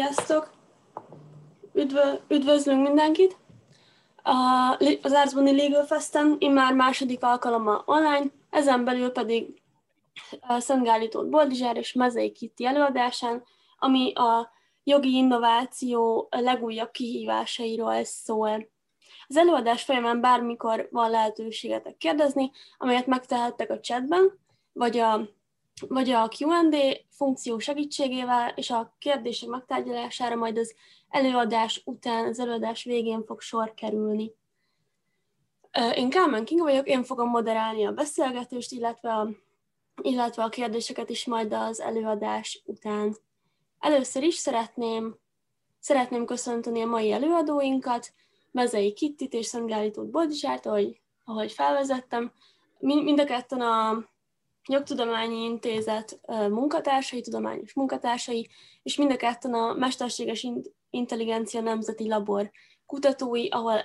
Sziasztok! Üdvözlünk mindenkit! Az Árzboni Legal Festen immár második alkalommal online, ezen belül pedig Szent Gályi Tóth Boldizsár és Mezei Kitti előadásán, ami a jogi innováció legújabb kihívásairól szól. Az előadás folyamán bármikor van lehetőségetek kérdezni, amelyet megtehettek a chatben, vagy a Q&A funkció segítségével, és a kérdések megtárgyalására majd az előadás után, az előadás végén fog sor kerülni. Én Kálmán Kinga vagyok, én fogom moderálni a beszélgetést, illetve a kérdéseket is majd az előadás után. Először is szeretném köszönteni a mai előadóinkat, Mezei Kittit és Szent Gályi Tóth Boldizsárt, ahogy felvezettem. Mind a ketten a Jogtudományi Intézet munkatársai, tudományos munkatársai, és mind a ketten a Mesterséges Intelligencia Nemzeti Labor kutatói, ahol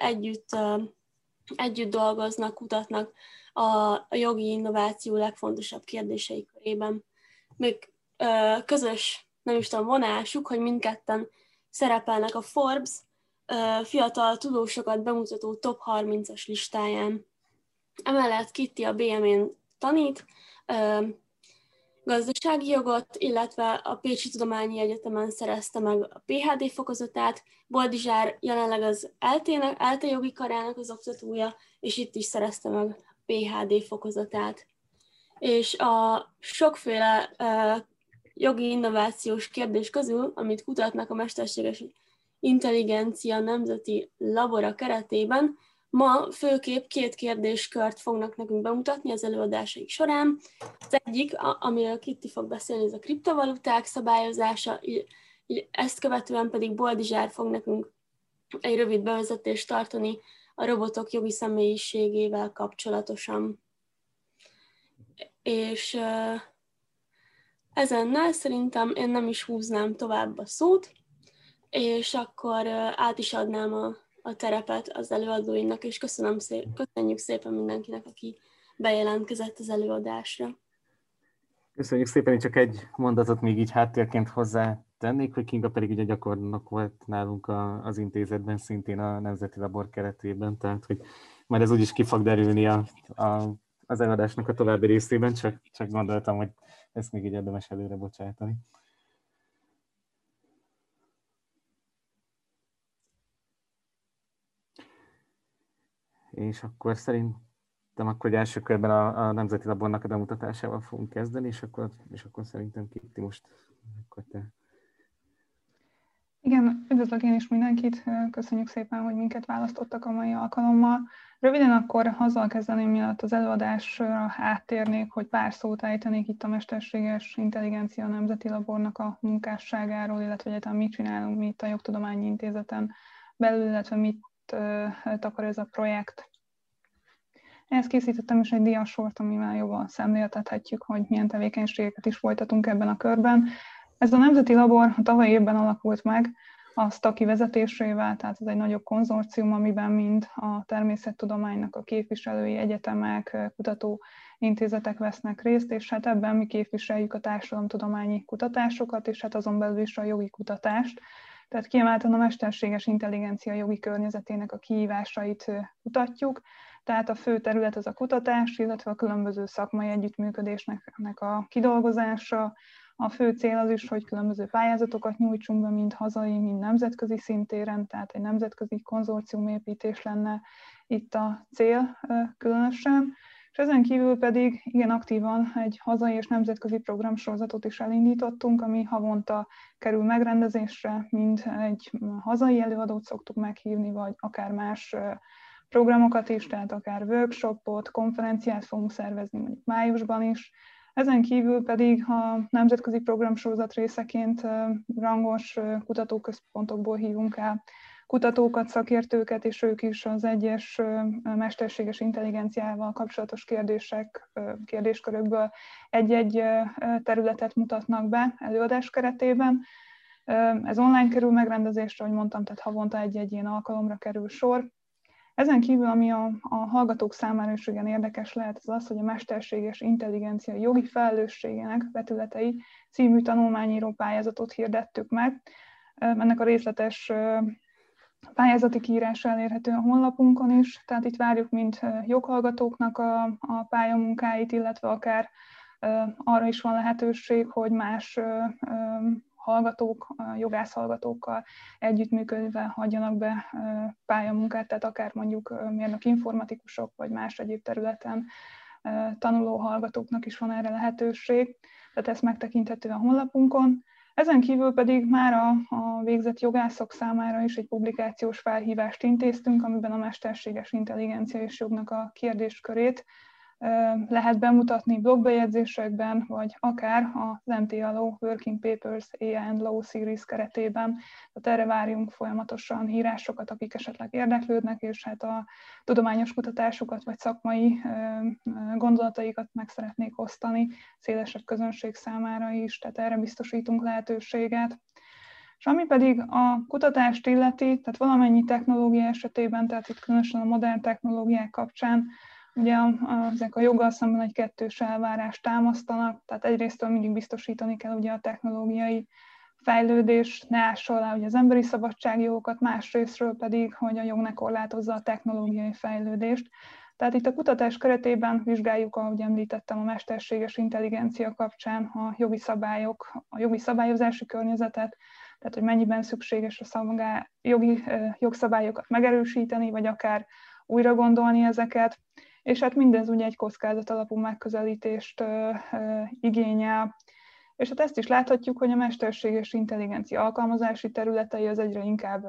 együtt dolgoznak, kutatnak a jogi innováció legfontosabb kérdései körében. Még közös, nem is tudom, vonásuk, hogy mindketten szerepelnek a Forbes fiatal tudósokat bemutató top 30-as listáján. Emellett Kitti a BM-én tanít, gazdasági jogot, illetve a Pécsi Tudományi Egyetemen szerezte meg a PhD fokozatát. Boldizsár jelenleg az ELTE jogi karának az oktatója, és itt is szerezte meg a PhD fokozatát. És a sokféle jogi innovációs kérdés közül, amit kutatnak a Mesterséges Intelligencia Nemzeti Labora keretében, ma főképp 2 kérdéskört fognak nekünk bemutatni az előadásaik során. Az egyik, amiről Kitti fog beszélni, ez a kriptovaluták szabályozása, ezt követően pedig Boldizsár fog nekünk egy rövid bevezetést tartani a robotok jogi személyiségével kapcsolatosan. És ezennel szerintem én nem is húznám tovább a szót, és akkor át is adnám a terepet az előadóinak, és köszönjük szépen mindenkinek, aki bejelentkezett az előadásra. Köszönjük szépen, én csak egy mondatot még így háttérként hozzátennék, hogy Kinga pedig ugye gyakornok volt nálunk az intézetben, szintén a Nemzeti Labor keretében, tehát hogy majd ez úgyis ki fog derülni az előadásnak a további részében, csak gondoltam, hogy ezt még így érdemes előre bocsátani. És akkor szerintem első körben a Nemzeti Labornak a bemutatásával fogunk kezdeni, és akkor szerintem Kitti most akkor te. Igen, üdvözlök én is mindenkit, köszönjük szépen, hogy minket választottak a mai alkalommal. Röviden akkor azzal kezdeném, mielőtt az előadásra áttérnék, hogy pár szót ejtenék itt a Mesterséges Intelligencia Nemzeti Labornak a munkásságáról, illetve egyáltalán mit csinálunk mi itt a Jogtudományi Intézeten belül, illetve mit takar ez a projekt. Ehhez készítettem is egy diasort, amivel jobban szemléltethetjük, hogy milyen tevékenységeket is folytatunk ebben a körben. Ez a Nemzeti Labor a tavalyi évben alakult meg a STAKI vezetésével, tehát ez egy nagyobb konzorcium, amiben mind a természettudománynak a képviselői, egyetemek, kutatóintézetek vesznek részt, és hát ebben mi képviseljük a társadalomtudományi kutatásokat, és hát azon belül is a jogi kutatást. Tehát kiemelten a mesterséges intelligencia jogi környezetének a kihívásait kutatjuk, tehát a fő terület az a kutatás, illetve a különböző szakmai együttműködésnek a kidolgozása. A fő cél az is, hogy különböző pályázatokat nyújtsunk be, mind hazai, mind nemzetközi szintéren, tehát egy nemzetközi konzorciumépítés lenne itt a cél különösen. És ezen kívül pedig igen aktívan egy hazai és nemzetközi programsorozatot is elindítottunk, ami havonta kerül megrendezésre, mind egy hazai előadót szoktuk meghívni, vagy akár más programokat is, tehát akár workshopot, konferenciát fogunk szervezni mondjuk májusban is. Ezen kívül pedig a nemzetközi programsorozat részeként rangos kutatóközpontokból hívunk el kutatókat, szakértőket, és ők is az egyes mesterséges intelligenciával kapcsolatos kérdéskörökből egy-egy területet mutatnak be előadás keretében. Ez online kerül megrendezésre, ahogy mondtam, tehát havonta egy-egy ilyen alkalomra kerül sor. Ezen kívül, ami a hallgatók számára is igen érdekes lehet, az az, hogy a mesterséges intelligencia jogi felelősségének vetületei című tanulmányíró pályázatot hirdettük meg. Ennek a részletes pályázati kiírása elérhető a honlapunkon is, tehát itt várjuk mind joghallgatóknak a pályamunkáit, illetve akár arra is van lehetőség, hogy más hallgatók, jogászhallgatókkal együttműködve hagyjanak be pályamunkát, tehát akár mondjuk mérnök informatikusok, vagy más egyéb területen tanuló hallgatóknak is van erre lehetőség, tehát ez megtekinthető a honlapunkon. Ezen kívül pedig már a végzett jogászok számára is egy publikációs felhívást intéztünk, amiben a mesterséges intelligencia és jognak a kérdéskörét lehet bemutatni blogbejegyzésekben, vagy akár az MTA Law Working Papers AI and Law Series keretében. Tehát erre várjunk folyamatosan írásokat, akik esetleg érdeklődnek, és hát a tudományos kutatásokat vagy szakmai gondolataikat meg szeretnék osztani szélesebb közönség számára is, tehát erre biztosítunk lehetőséget. És ami pedig a kutatást illeti, tehát valamennyi technológia esetében, tehát itt különösen a modern technológiák kapcsán, ugye ezek a joggal szemben egy kettős elvárást támasztanak, tehát egyrésztől mindig biztosítani kell ugye a technológiai fejlődés, ne ássa alá ugye az emberi szabadságjogokat, másrésztről pedig, hogy a jog ne korlátozza a technológiai fejlődést. Tehát itt a kutatás keretében vizsgáljuk, ahogy említettem, a mesterséges intelligencia kapcsán a jogi szabályok, a jogi szabályozási környezetet, tehát hogy mennyiben szükséges a jogszabályokat megerősíteni, vagy akár újra gondolni ezeket. És hát mindez ugye egy kockázat alapú megközelítést igényel. És hát ezt is láthatjuk, hogy a mesterséges intelligencia alkalmazási területei az egyre inkább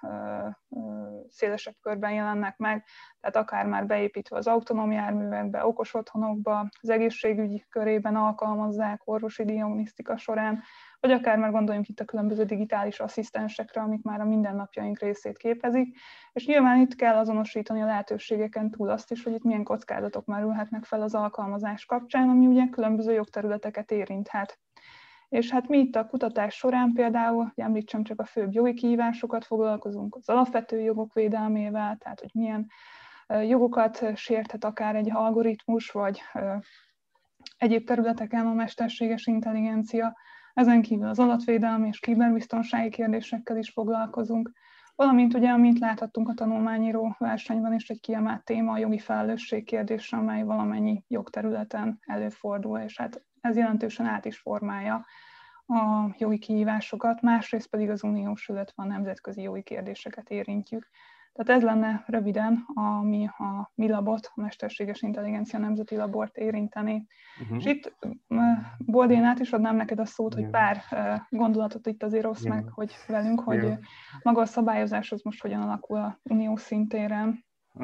szélesebb körben jelennek meg, tehát akár már beépítve az autonóm járművekbe, okos otthonokba, az egészségügyi körében alkalmazzák, orvosi diagnosztika során, vagy akár már gondoljunk itt a különböző digitális asszisztensekre, amik már a mindennapjaink részét képezik. És nyilván itt kell azonosítani a lehetőségeken túl azt is, hogy itt milyen kockázatok merülhetnek fel az alkalmazás kapcsán, ami ugye különböző jogterületeket érinthet. És hát mi itt a kutatás során például, hogy említsem csak a főbb jogi kihívásokat, foglalkozunk az alapvető jogok védelmével, tehát hogy milyen jogokat sérthet akár egy algoritmus, vagy egyéb területeken a mesterséges intelligencia. Ezen kívül az adatvédelmi és kiberbiztonsági kérdésekkel is foglalkozunk, valamint ugye, amint láthattunk a tanulmányíró versenyben is, egy kiemelt téma a jogi felelősség kérdése, amely valamennyi jogterületen előfordul, és hát ez jelentősen át is formálja a jogi kihívásokat, másrészt pedig az uniós, illetve a nemzetközi jogi kérdéseket érintjük. Tehát ez lenne röviden, ami a mi labot, a Mesterséges Intelligencia Nemzeti Labort érinteni. És itt, Boldi, én át is adnám neked a szót, hogy pár gondolatot itt azért osz meg, hogy velünk, hogy maga a szabályozás az most hogyan alakul a uniós szintéren.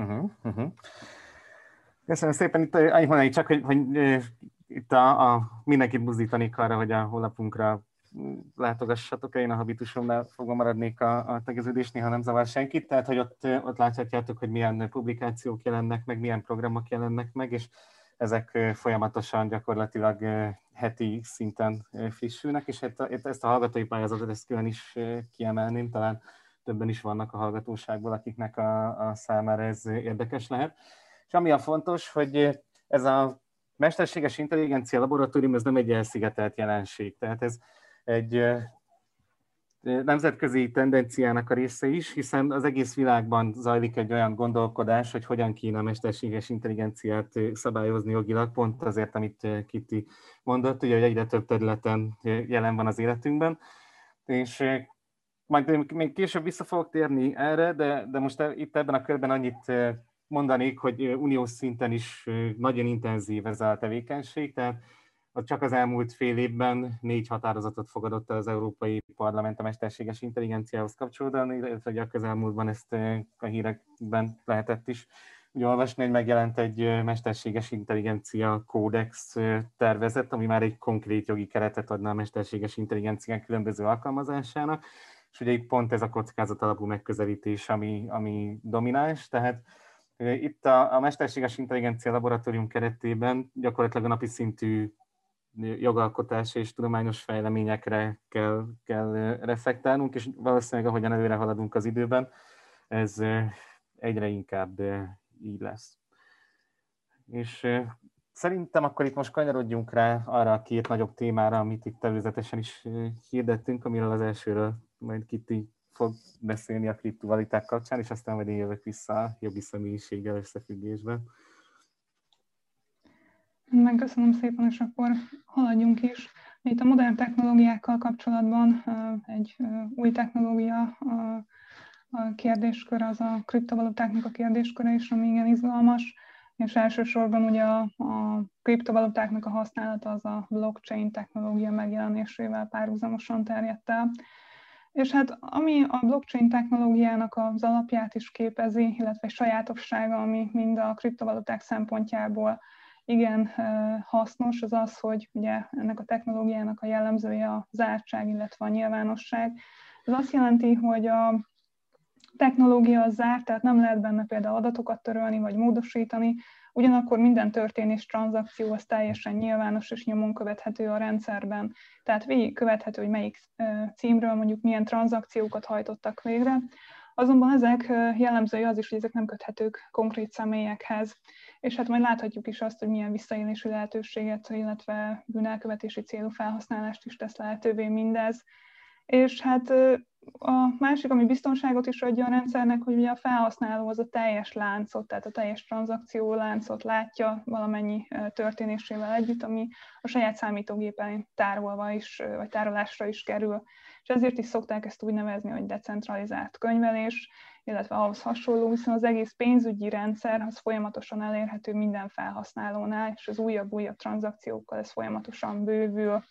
Köszönöm szépen. Itt annyit mondani csak, hogy itt mindenkit buzdítanék arra, hogy a honlapunkra látogassatok, én a habitusomnál fogom maradnék a tegeződés, néha nem zavar senkit, tehát hogy ott láthatjátok, hogy milyen publikációk jelennek meg, milyen programok jelennek meg, és ezek folyamatosan gyakorlatilag heti szinten frissülnek, és ezt a hallgatói pályázatot ezt külön is kiemelném, talán többen is vannak a hallgatóságból, akiknek a számára ez érdekes lehet. És ami a fontos, hogy ez a mesterséges intelligencia laboratórium, ez nem egy elszigetelt jelenség, tehát ez egy nemzetközi tendenciának a része is, hiszen az egész világban zajlik egy olyan gondolkodás, hogy hogyan kéne a mesterséges intelligenciát szabályozni jogilag, pont azért, amit Kitty mondott, ugye, hogy egyre több területen jelen van az életünkben, és majd még később vissza fogok térni erre, de most itt ebben a körben annyit mondanék, hogy uniós szinten is nagyon intenzív ez a tevékenység, tehát csak az elmúlt fél évben 4 határozatot fogadott el az Európai Parlament a mesterséges intelligenciához kapcsolódóan, illetve a közelmúltban ezt a hírekben lehetett is úgy olvasni, hogy megjelent egy mesterséges intelligencia kódex tervezet, ami már egy konkrét jogi keretet adna a mesterséges intelligenciák különböző alkalmazásának, és ugye itt pont ez a kockázat alapú megközelítés, ami domináns, tehát itt a mesterséges intelligencia laboratórium keretében gyakorlatilag a napi szintű jogalkotás és tudományos fejleményekre kell reflektálnunk, és valószínűleg ahogyan előre haladunk az időben, ez egyre inkább így lesz. És szerintem akkor itt most kanyarodjunk rá arra a 2 nagyobb témára, amit itt előzetesen is hirdettünk, amiről az elsőről majd Kitty fog beszélni a kriptovaluták kapcsán, és aztán majd én jövök vissza a jogi személyiséggel összefüggésben. Megköszönöm szépen, és akkor haladjunk is. Itt a modern technológiákkal kapcsolatban egy új technológia a kérdéskör, az a kriptovalutáknak a kérdésköre is, ami igen izgalmas, és elsősorban ugye a kriptovalutáknak a használata az a blockchain technológia megjelenésével párhuzamosan terjedt el. És hát ami a blockchain technológiának az alapját is képezi, illetve egy sajátossága, ami mind a kriptovaluták szempontjából igen hasznos, az az, hogy ugye ennek a technológiának a jellemzője a zártság, illetve a nyilvánosság. Ez azt jelenti, hogy a technológia az zárt, tehát nem lehet benne például adatokat törölni vagy módosítani, ugyanakkor minden történés, tranzakció az teljesen nyilvános és nyomon követhető a rendszerben. Tehát végig követhető, hogy melyik címről mondjuk milyen tranzakciókat hajtottak végre. Azonban ezek jellemzője az is, hogy ezek nem köthetők konkrét személyekhez. És hát majd láthatjuk is azt, hogy milyen visszaélési lehetőséget, illetve bűnelkövetési célú felhasználást is tesz lehetővé mindez. És hát a másik, ami biztonságot is adja a rendszernek, hogy ugye a felhasználó az a teljes láncot, tehát a teljes tranzakció láncot látja valamennyi történésével együtt, ami a saját számítógépen tárolva is, vagy tárolásra is kerül. És ezért is szokták ezt úgy nevezni, hogy decentralizált könyvelés, illetve ahhoz hasonló, hiszen az egész pénzügyi rendszer az folyamatosan elérhető minden felhasználónál, és az újabb tranzakciókkal ez folyamatosan bővül.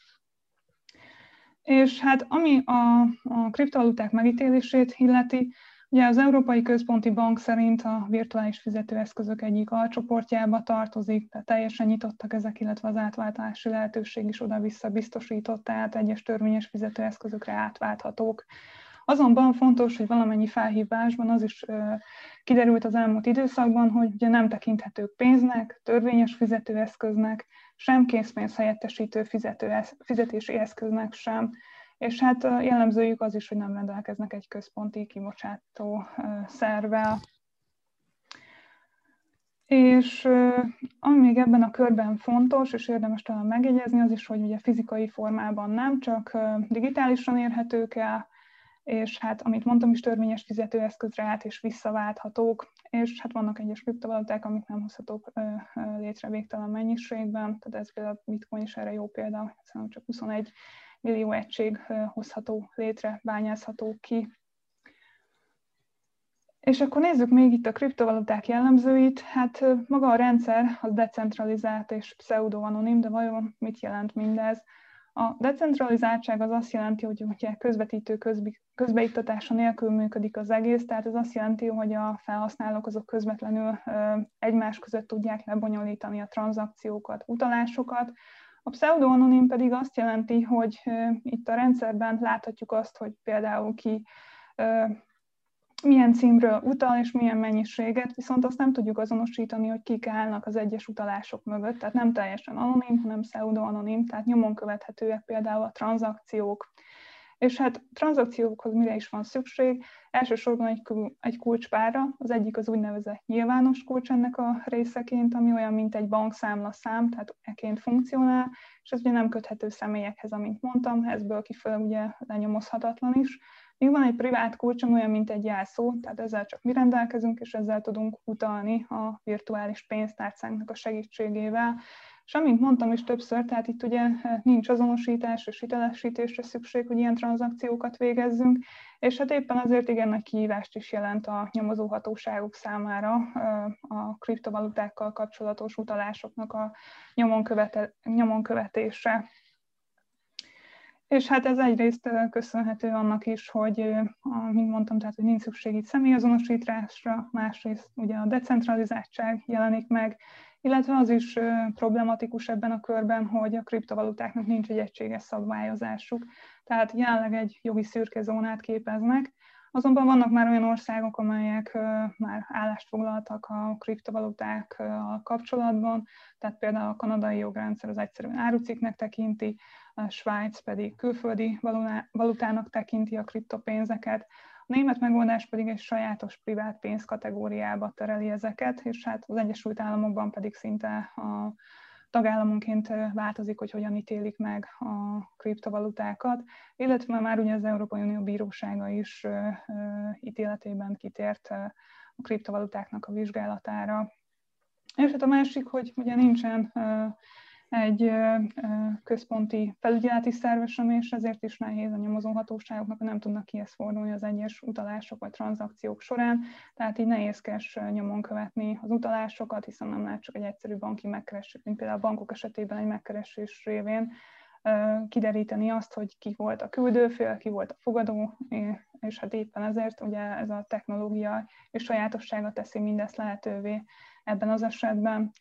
És hát ami a kriptovaluták megítélését illeti, ugye az Európai Központi Bank szerint a virtuális fizetőeszközök egyik alcsoportjába tartozik, tehát teljesen nyitottak ezek, illetve az átváltási lehetőség is oda-vissza biztosított, tehát egyes törvényes fizetőeszközökre átválthatók. Azonban fontos, hogy valamennyi felhívásban az is kiderült az elmúlt időszakban, hogy ugye nem tekinthetők pénznek, törvényes fizetőeszköznek, sem készpénz helyettesítő fizetési eszköznek sem. És hát jellemzőjük az is, hogy nem rendelkeznek egy központi kibocsátó szervvel. És ami még ebben a körben fontos, és érdemes talán megjegyezni, az is, hogy ugye fizikai formában nem, csak digitálisan érhetők el, és hát, amit mondtam is, törvényes fizetőeszközre át és visszaválthatók, és hát vannak egyes kriptovaluták, amik nem hozhatók létre végtelen mennyiségben, tehát ez például a Bitcoin is erre jó példa, hiszen csak 21 millió egység hozható létre, bányászható ki. És akkor nézzük még itt a kriptovaluták jellemzőit. Hát maga a rendszer az decentralizált és pseudo-anonim, de vajon mit jelent mindez? A decentralizáltság az azt jelenti, hogy ugye közvetítő közbeiktatása nélkül működik az egész, tehát ez azt jelenti, hogy a felhasználók azok közvetlenül egymás között tudják lebonyolítani a tranzakciókat, utalásokat. A pseudo-anonim pedig azt jelenti, hogy itt a rendszerben láthatjuk azt, hogy például ki milyen címről utal és milyen mennyiséget, viszont azt nem tudjuk azonosítani, hogy kik állnak az egyes utalások mögött, tehát nem teljesen anonim, hanem pseudo-anonim, tehát nyomon követhetőek például a tranzakciók. És hát tranzakciókhoz mire is van szükség? Elsősorban egy kulcspárra, az egyik az úgynevezett nyilvános kulcs ennek a részeként, ami olyan, mint egy bankszámlaszám, tehát eként funkcionál, és ez ugye nem köthető személyekhez, amint mondtam, ezből kifelé ugye lenyomozhatatlan is. Még van egy privát kulcs, olyan, mint egy jelszó, tehát ezzel csak mi rendelkezünk, és ezzel tudunk utalni a virtuális pénztárcánknak a segítségével. És amint mondtam is többször, tehát itt ugye nincs azonosítás és hitelesítésre szükség, hogy ilyen tranzakciókat végezzünk, és hát éppen azért igen nagy kihívást is jelent a nyomozóhatóságok számára a kriptovalutákkal kapcsolatos utalásoknak a nyomon követése. És hát ez egyrészt köszönhető annak is, hogy, mint mondtam, tehát, hogy nincs szükség itt személyazonosításra, másrészt ugye a decentralizáltság jelenik meg, illetve az is problematikus ebben a körben, hogy a kriptovalutáknak nincs egy egységes szabályozásuk, tehát jelenleg egy jogi szürke zónát képeznek, azonban vannak már olyan országok, amelyek már állást foglaltak a kriptovalutákkal kapcsolatban, tehát például a kanadai jogrendszer az egyszerűen árucikknek tekinti, a Svájc pedig külföldi valutának tekinti a kriptopénzeket, a német megoldás pedig egy sajátos privát pénz kategóriába tereli ezeket, és hát az Egyesült Államokban pedig szinte tagállamonként változik, hogy hogyan ítélik meg a kriptovalutákat, illetve már ugye az Európai Unió Bírósága is ítéletében kitért a kriptovalutáknak a vizsgálatára. És hát a másik, hogy ugye nincsen egy központi felügyeleti szerve sem, és ezért is nehéz a nyomozóhatóságoknak, hogy nem tudnak kihez fordulni az egyes utalások vagy tranzakciók során, tehát így nehézkes nyomon követni az utalásokat, hiszen nem lehet csak egy egyszerű banki megkeresés, mint például a bankok esetében egy megkeresés révén kideríteni azt, hogy ki volt a küldőfél, ki volt a fogadó, és hát éppen ezért ugye ez a technológia és sajátossága teszi mindezt lehetővé ebben az esetben.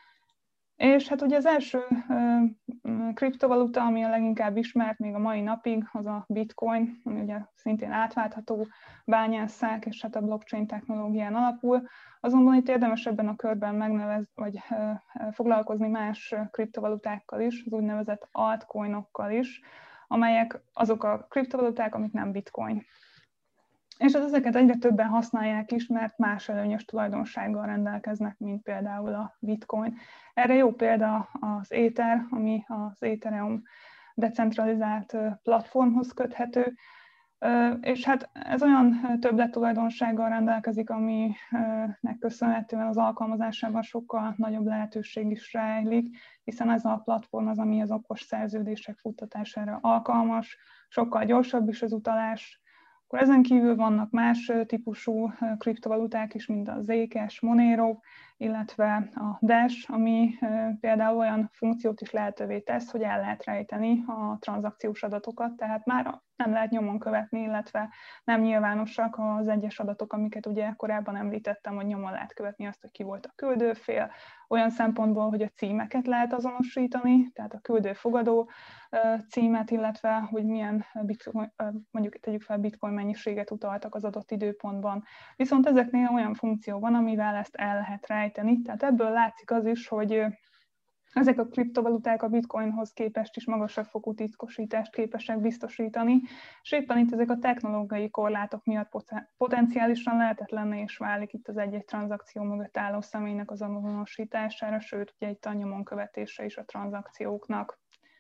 És hát ugye az első kriptovaluta, ami a leginkább ismert még a mai napig, az a bitcoin, ami ugye szintén átváltható, bányásszák, és hát a blockchain technológián alapul. Azonban itt érdemes ebben a körben foglalkozni más kriptovalutákkal is, az úgynevezett altcoinokkal is, amelyek azok a kriptovaluták, amik nem bitcoin. És ezeket egyre többen használják is, mert más előnyös tulajdonsággal rendelkeznek, mint például a bitcoin. Erre jó példa az Ether, ami az Ethereum decentralizált platformhoz köthető, és hát ez olyan többlettulajdonsággal rendelkezik, aminek köszönhetően az alkalmazásában sokkal nagyobb lehetőség is rejlik, hiszen ez a platform az, ami az okos szerződések futtatására alkalmas, sokkal gyorsabb is az utalás. Akkor ezen kívül vannak más típusú kriptovaluták is, mint a Zcash, Monero, illetve a Dash, ami például olyan funkciót is lehetővé tesz, hogy el lehet rejteni a tranzakciós adatokat, tehát már nem lehet nyomon követni, illetve nem nyilvánosak az egyes adatok, amiket ugye korábban említettem, hogy nyomon lehet követni azt, hogy ki volt a küldőfél, olyan szempontból, hogy a címeket lehet azonosítani, tehát a küldő-fogadó címet, illetve hogy milyen bitcoin, mondjuk tegyük fel bitcoin mennyiséget utaltak az adott időpontban. Viszont ezeknél olyan funkció van, amivel ezt el lehet rejteni, tehát ebből látszik az is, hogy ezek a kriptovaluták a bitcoinhoz képest is magasabb fokú titkosítást képesek biztosítani, és éppen itt ezek a technológiai korlátok miatt potenciálisan lehetetlenné is válik itt az egy-egy tranzakció mögött álló személynek az azonosítására, sőt, ugye itt a nyomon követése is a tranzakcióknak.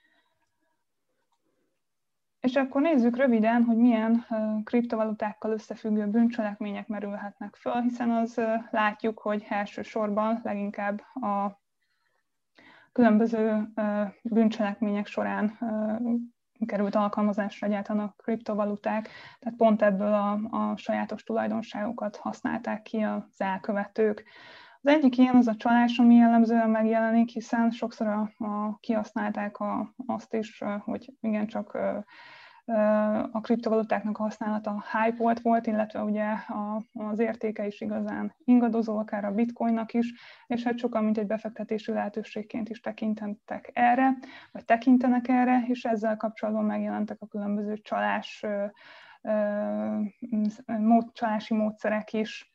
És akkor nézzük röviden, hogy milyen kriptovalutákkal összefüggő bűncselekmények merülhetnek föl, hiszen az látjuk, hogy elsősorban leginkább a különböző bűncselekmények során került alkalmazásra egyáltalán a kriptovaluták, tehát pont ebből a sajátos tulajdonságokat használták ki az elkövetők. Az egyik ilyen az a csalás, ami jellemzően megjelenik, hiszen sokszor kihasználták azt is, hogy igencsak a kriptovalutáknak a használata hype volt, illetve ugye az értéke is igazán ingadozó, akár a bitcoinnak is, és hát sokan, mint egy befektetési lehetőségként is tekintettek erre, vagy tekintenek erre, és ezzel kapcsolatban megjelentek a különböző csalási módszerek is.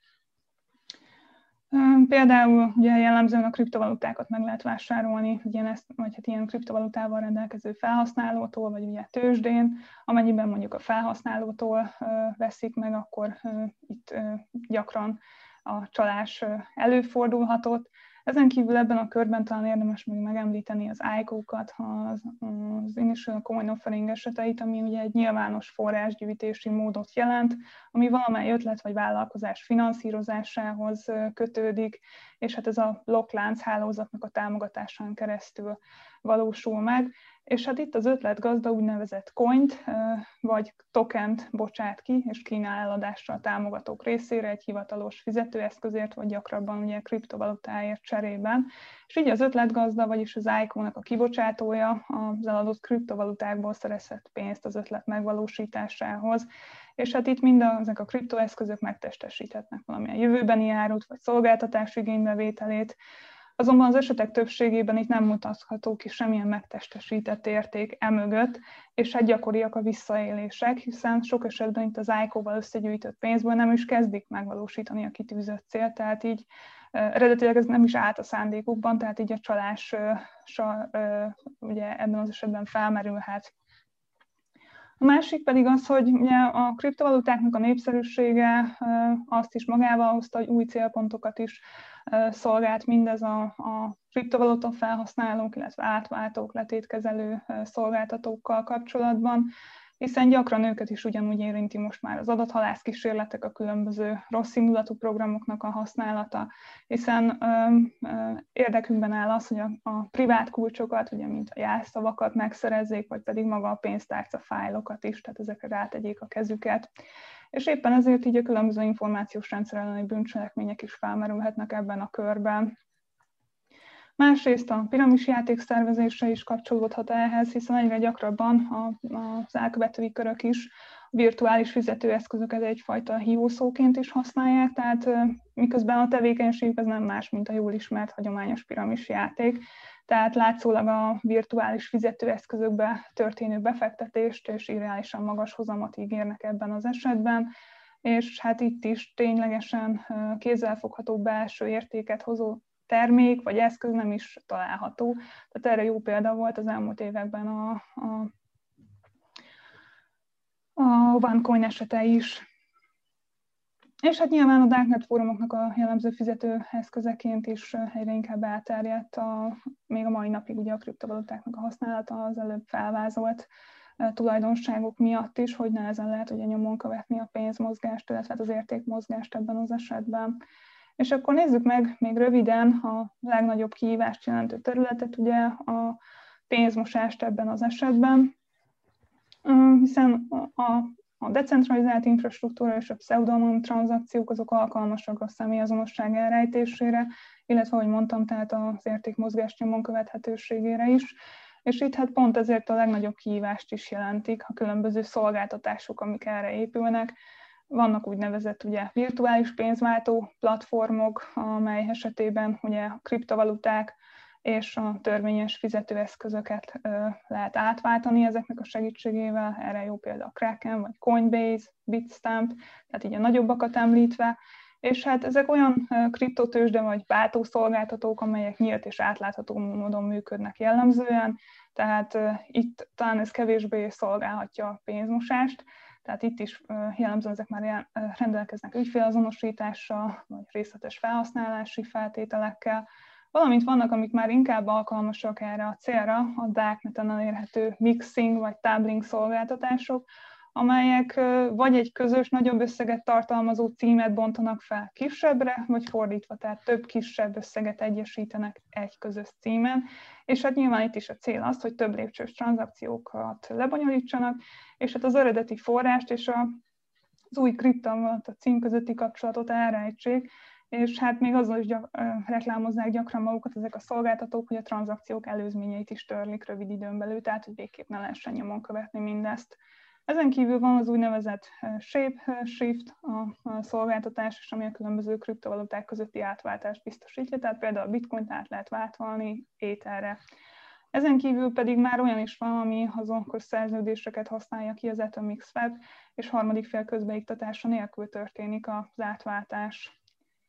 Például ugye jellemzően a kriptovalutákat meg lehet vásárolni ilyen kriptovalutával rendelkező felhasználótól, vagy ugye tőzsdén, amennyiben mondjuk a felhasználótól veszik meg, akkor itt gyakran a csalás előfordulhatott. Ezen kívül ebben a körben talán érdemes még megemlíteni az ICO-kat, az Initial Coin Offering eseteit, ami ugye egy nyilvános forrásgyűjtési módot jelent, ami valamely ötlet vagy vállalkozás finanszírozásához kötődik, és hát ez a blokklánc hálózatnak a támogatásán keresztül valósul meg. És hát itt az ötletgazda úgynevezett coint vagy tokent bocsát ki, és kínál eladásra a támogatók részére egy hivatalos fizetőeszközért, vagy gyakrabban ugye kriptovalutáért cserében. És így az ötletgazda, vagyis az ICO-nak a kibocsátója az eladott kriptovalutákból szerezhet pénzt az ötlet megvalósításához. És hát itt ezek a kriptoeszközök megtestesíthetnek valamilyen jövőbeni árut, vagy szolgáltatás igénybevételét. Azonban az esetek többségében itt nem mutatható ki semmilyen megtestesített érték emögött, és hát gyakoriak a visszaélések, hiszen sok esetben itt az ICO-val összegyűjtött pénzből nem is kezdik megvalósítani a kitűzött célt, tehát így eredetileg ez nem is állt a szándékukban, tehát így a csalás ugye ebben az esetben felmerülhet. A másik pedig az, hogy ugye a kriptovalutáknak a népszerűsége azt is magával hozta, hogy új célpontokat is szolgált mindez a kriptovaluta felhasználók, illetve átváltók, letétkezelő szolgáltatókkal kapcsolatban, hiszen gyakran őket is ugyanúgy érinti most már az adathalász kísérletek, a különböző rosszindulatú programoknak a használata, hiszen érdekükben áll az, hogy a privát kulcsokat, ugye, mint a jelszavakat megszerezzék, vagy pedig maga a pénztárca fájlokat is, tehát ezekre rátegyék a kezüket. És éppen ezért így a különböző információs rendszer elleni bűncselekmények is felmerülhetnek ebben a körben. Másrészt a piramisjáték szervezése is kapcsolódhat ehhez, hiszen egyre gyakrabban az elkövetői körök is a virtuális fizetőeszközöket egyfajta hívószóként is használják, tehát miközben a tevékenységük az nem más, mint a jól ismert hagyományos piramisjáték. Tehát látszólag a virtuális fizetőeszközökbe történő befektetést és irreálisan magas hozamot ígérnek ebben az esetben, és hát itt is ténylegesen kézzelfogható belső értéket hozó termék vagy eszköz nem is található. Tehát erre jó példa volt az elmúlt években a OneCoin esete is. És hát nyilván a Darknet fórumoknak a jellemző fizetőeszközeként is egyre inkább elterjedt még a mai napig ugye a kriptovalutáknak a használata az előbb felvázolt tulajdonságok miatt is, hogy nehezen lehet ugye nyomon követni a pénzmozgást, illetve az értékmozgást ebben az esetben. És akkor nézzük meg még röviden a legnagyobb kihívást jelentő területet, ugye a pénzmosást ebben az esetben, hiszen a decentralizált infrastruktúra és a pseudonim tranzakciók azok alkalmasak a személyazonosság elrejtésére, illetve, ahogy mondtam, tehát az értékmozgás nyomon követhetőségére is. És itt hát pont ezért a legnagyobb kihívást is jelentik a különböző szolgáltatások, amik erre épülnek. Vannak úgynevezett ugye, virtuális pénzváltó platformok, amely esetében ugye, a kriptovaluták és a törvényes fizetőeszközöket lehet átváltani ezeknek a segítségével. Erre jó példa a Kraken, vagy Coinbase, Bitstamp, tehát így a nagyobbakat említve. És hát ezek olyan kriptotőzsde vagy váltószolgáltatók, amelyek nyílt és átlátható módon működnek jellemzően, tehát itt talán ez kevésbé szolgálhatja a pénzmosást, tehát itt is jellemzően ezek már rendelkeznek ügyfélazonosítással, vagy részletes felhasználási feltételekkel, valamint vannak, amik már inkább alkalmasak erre a célra, a Darkneten elérhető mixing vagy tumbling szolgáltatások, amelyek vagy egy közös, nagyobb összeget tartalmazó címet bontanak fel kisebbre, vagy fordítva, tehát több kisebb összeget egyesítenek egy közös címen, és hát nyilván itt is a cél az, hogy több lépcsős tranzakciókat lebonyolítsanak, és hát az eredeti forrást és az új kriptovaluta cím közötti kapcsolatot elrejtsék, és hát még azzal is reklámoznák gyakran magukat ezek a szolgáltatók, hogy a tranzakciók előzményeit is törlik rövid időn belül, tehát hogy végképp ne lehessen nyomon követni mindezt. Ezen kívül van az úgynevezett Shapeshift a szolgáltatás, ami a különböző kriptovaluták közötti átváltást biztosítja, tehát például a bitcoint át lehet váltani Etherre. Ezen kívül pedig már olyan is van, ami azonkos szerződéseket használja ki az Atomic Swap, és harmadik fél közbeiktatása nélkül történik az átváltás.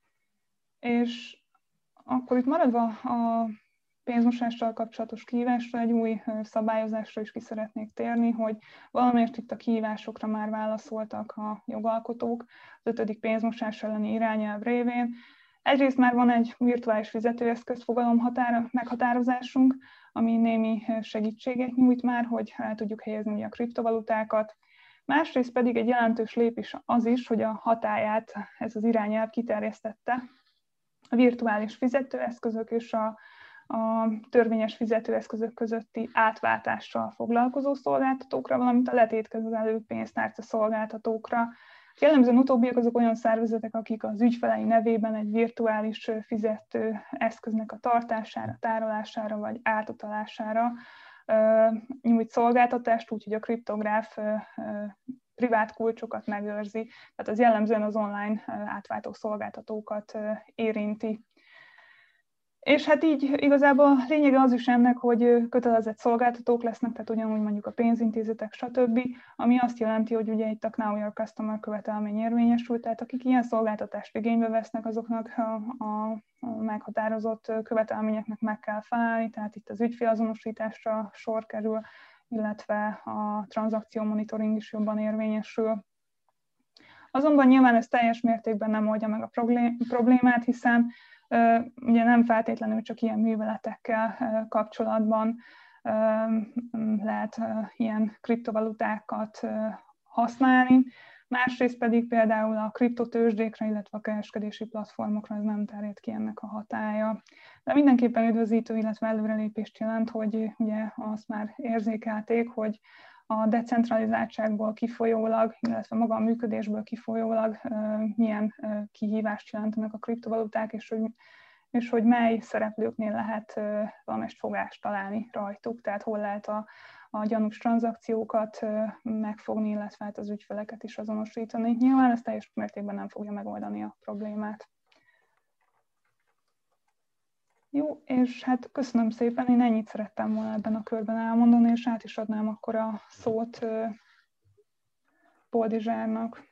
És akkor itt maradva a pénzmosással kapcsolatos kihívásra, egy új szabályozásra is ki szeretnék térni, hogy valamiért itt a kihívásokra már válaszoltak a jogalkotók az 5. pénzmosás elleni irányelv révén. Egyrészt már van egy virtuális fizetőeszköz fogalom meghatározásunk, ami némi segítséget nyújt már, hogy el tudjuk helyezni a kriptovalutákat. Másrészt pedig egy jelentős lépés az is, hogy a hatályát ez az irányelv kiterjesztette a virtuális fizetőeszközök és a törvényes fizetőeszközök közötti átváltással foglalkozó szolgáltatókra, valamint a letétkezelő pénztárca szolgáltatókra. Jellemzően utóbbiak azok olyan szervezetek, akik az ügyfelei nevében egy virtuális fizetőeszköznek a tartására, tárolására vagy átutalására nyújt szolgáltatást, úgyhogy a kriptográf privát kulcsokat megőrzi, tehát az jellemzően az online átváltó szolgáltatókat érinti. És hát így igazából a lényege az is ennek, hogy kötelezett szolgáltatók lesznek, tehát ugyanúgy mondjuk a pénzintézetek, stb., ami azt jelenti, hogy ugye itt a Know Your Customer követelmény érvényesül, tehát akik ilyen szolgáltatást igénybe vesznek, azoknak a meghatározott követelményeknek meg kell felelni, tehát itt az ügyfélazonosításra sor kerül, illetve a tranzakció monitoring is jobban érvényesül. Azonban nyilván ez teljes mértékben nem oldja meg a problémát, hiszen ugye nem feltétlenül csak ilyen műveletekkel kapcsolatban lehet ilyen kriptovalutákat használni, másrészt pedig például a kriptotőzsdékre, illetve a kereskedési platformokra ez nem terjed ki ennek a hatálya. De mindenképpen üdvözítő, illetve előrelépést jelent, hogy ugye azt már érzékelték, hogy a decentralizáltságból kifolyólag, illetve maga a működésből kifolyólag milyen kihívást jelentenek a kriptovaluták, és hogy mely szereplőknél lehet valamelyest fogást találni rajtuk, tehát hol lehet a gyanús tranzakciókat megfogni, illetve hát az ügyfeleket is azonosítani. Nyilván ez teljes mértékben nem fogja megoldani a problémát. Jó, és hát köszönöm szépen, én ennyit szerettem volna ebben a körben elmondani, és át is adnám akkor a szót Boldizsárnak.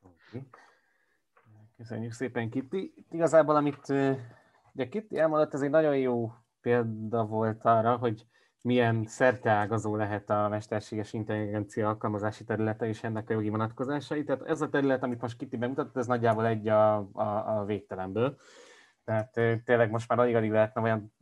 Köszönjük szépen, Kitty. Igazából, amit ugye Kitty elmondott, ez egy nagyon jó példa volt arra, hogy milyen szerteágazó lehet a mesterséges intelligencia alkalmazási területe és ennek a jogi vonatkozásai. Tehát ez a terület, amit most Kitty bemutatott, ez nagyjából egy a végtelenből. Tehát tényleg most már alig lehetne olyan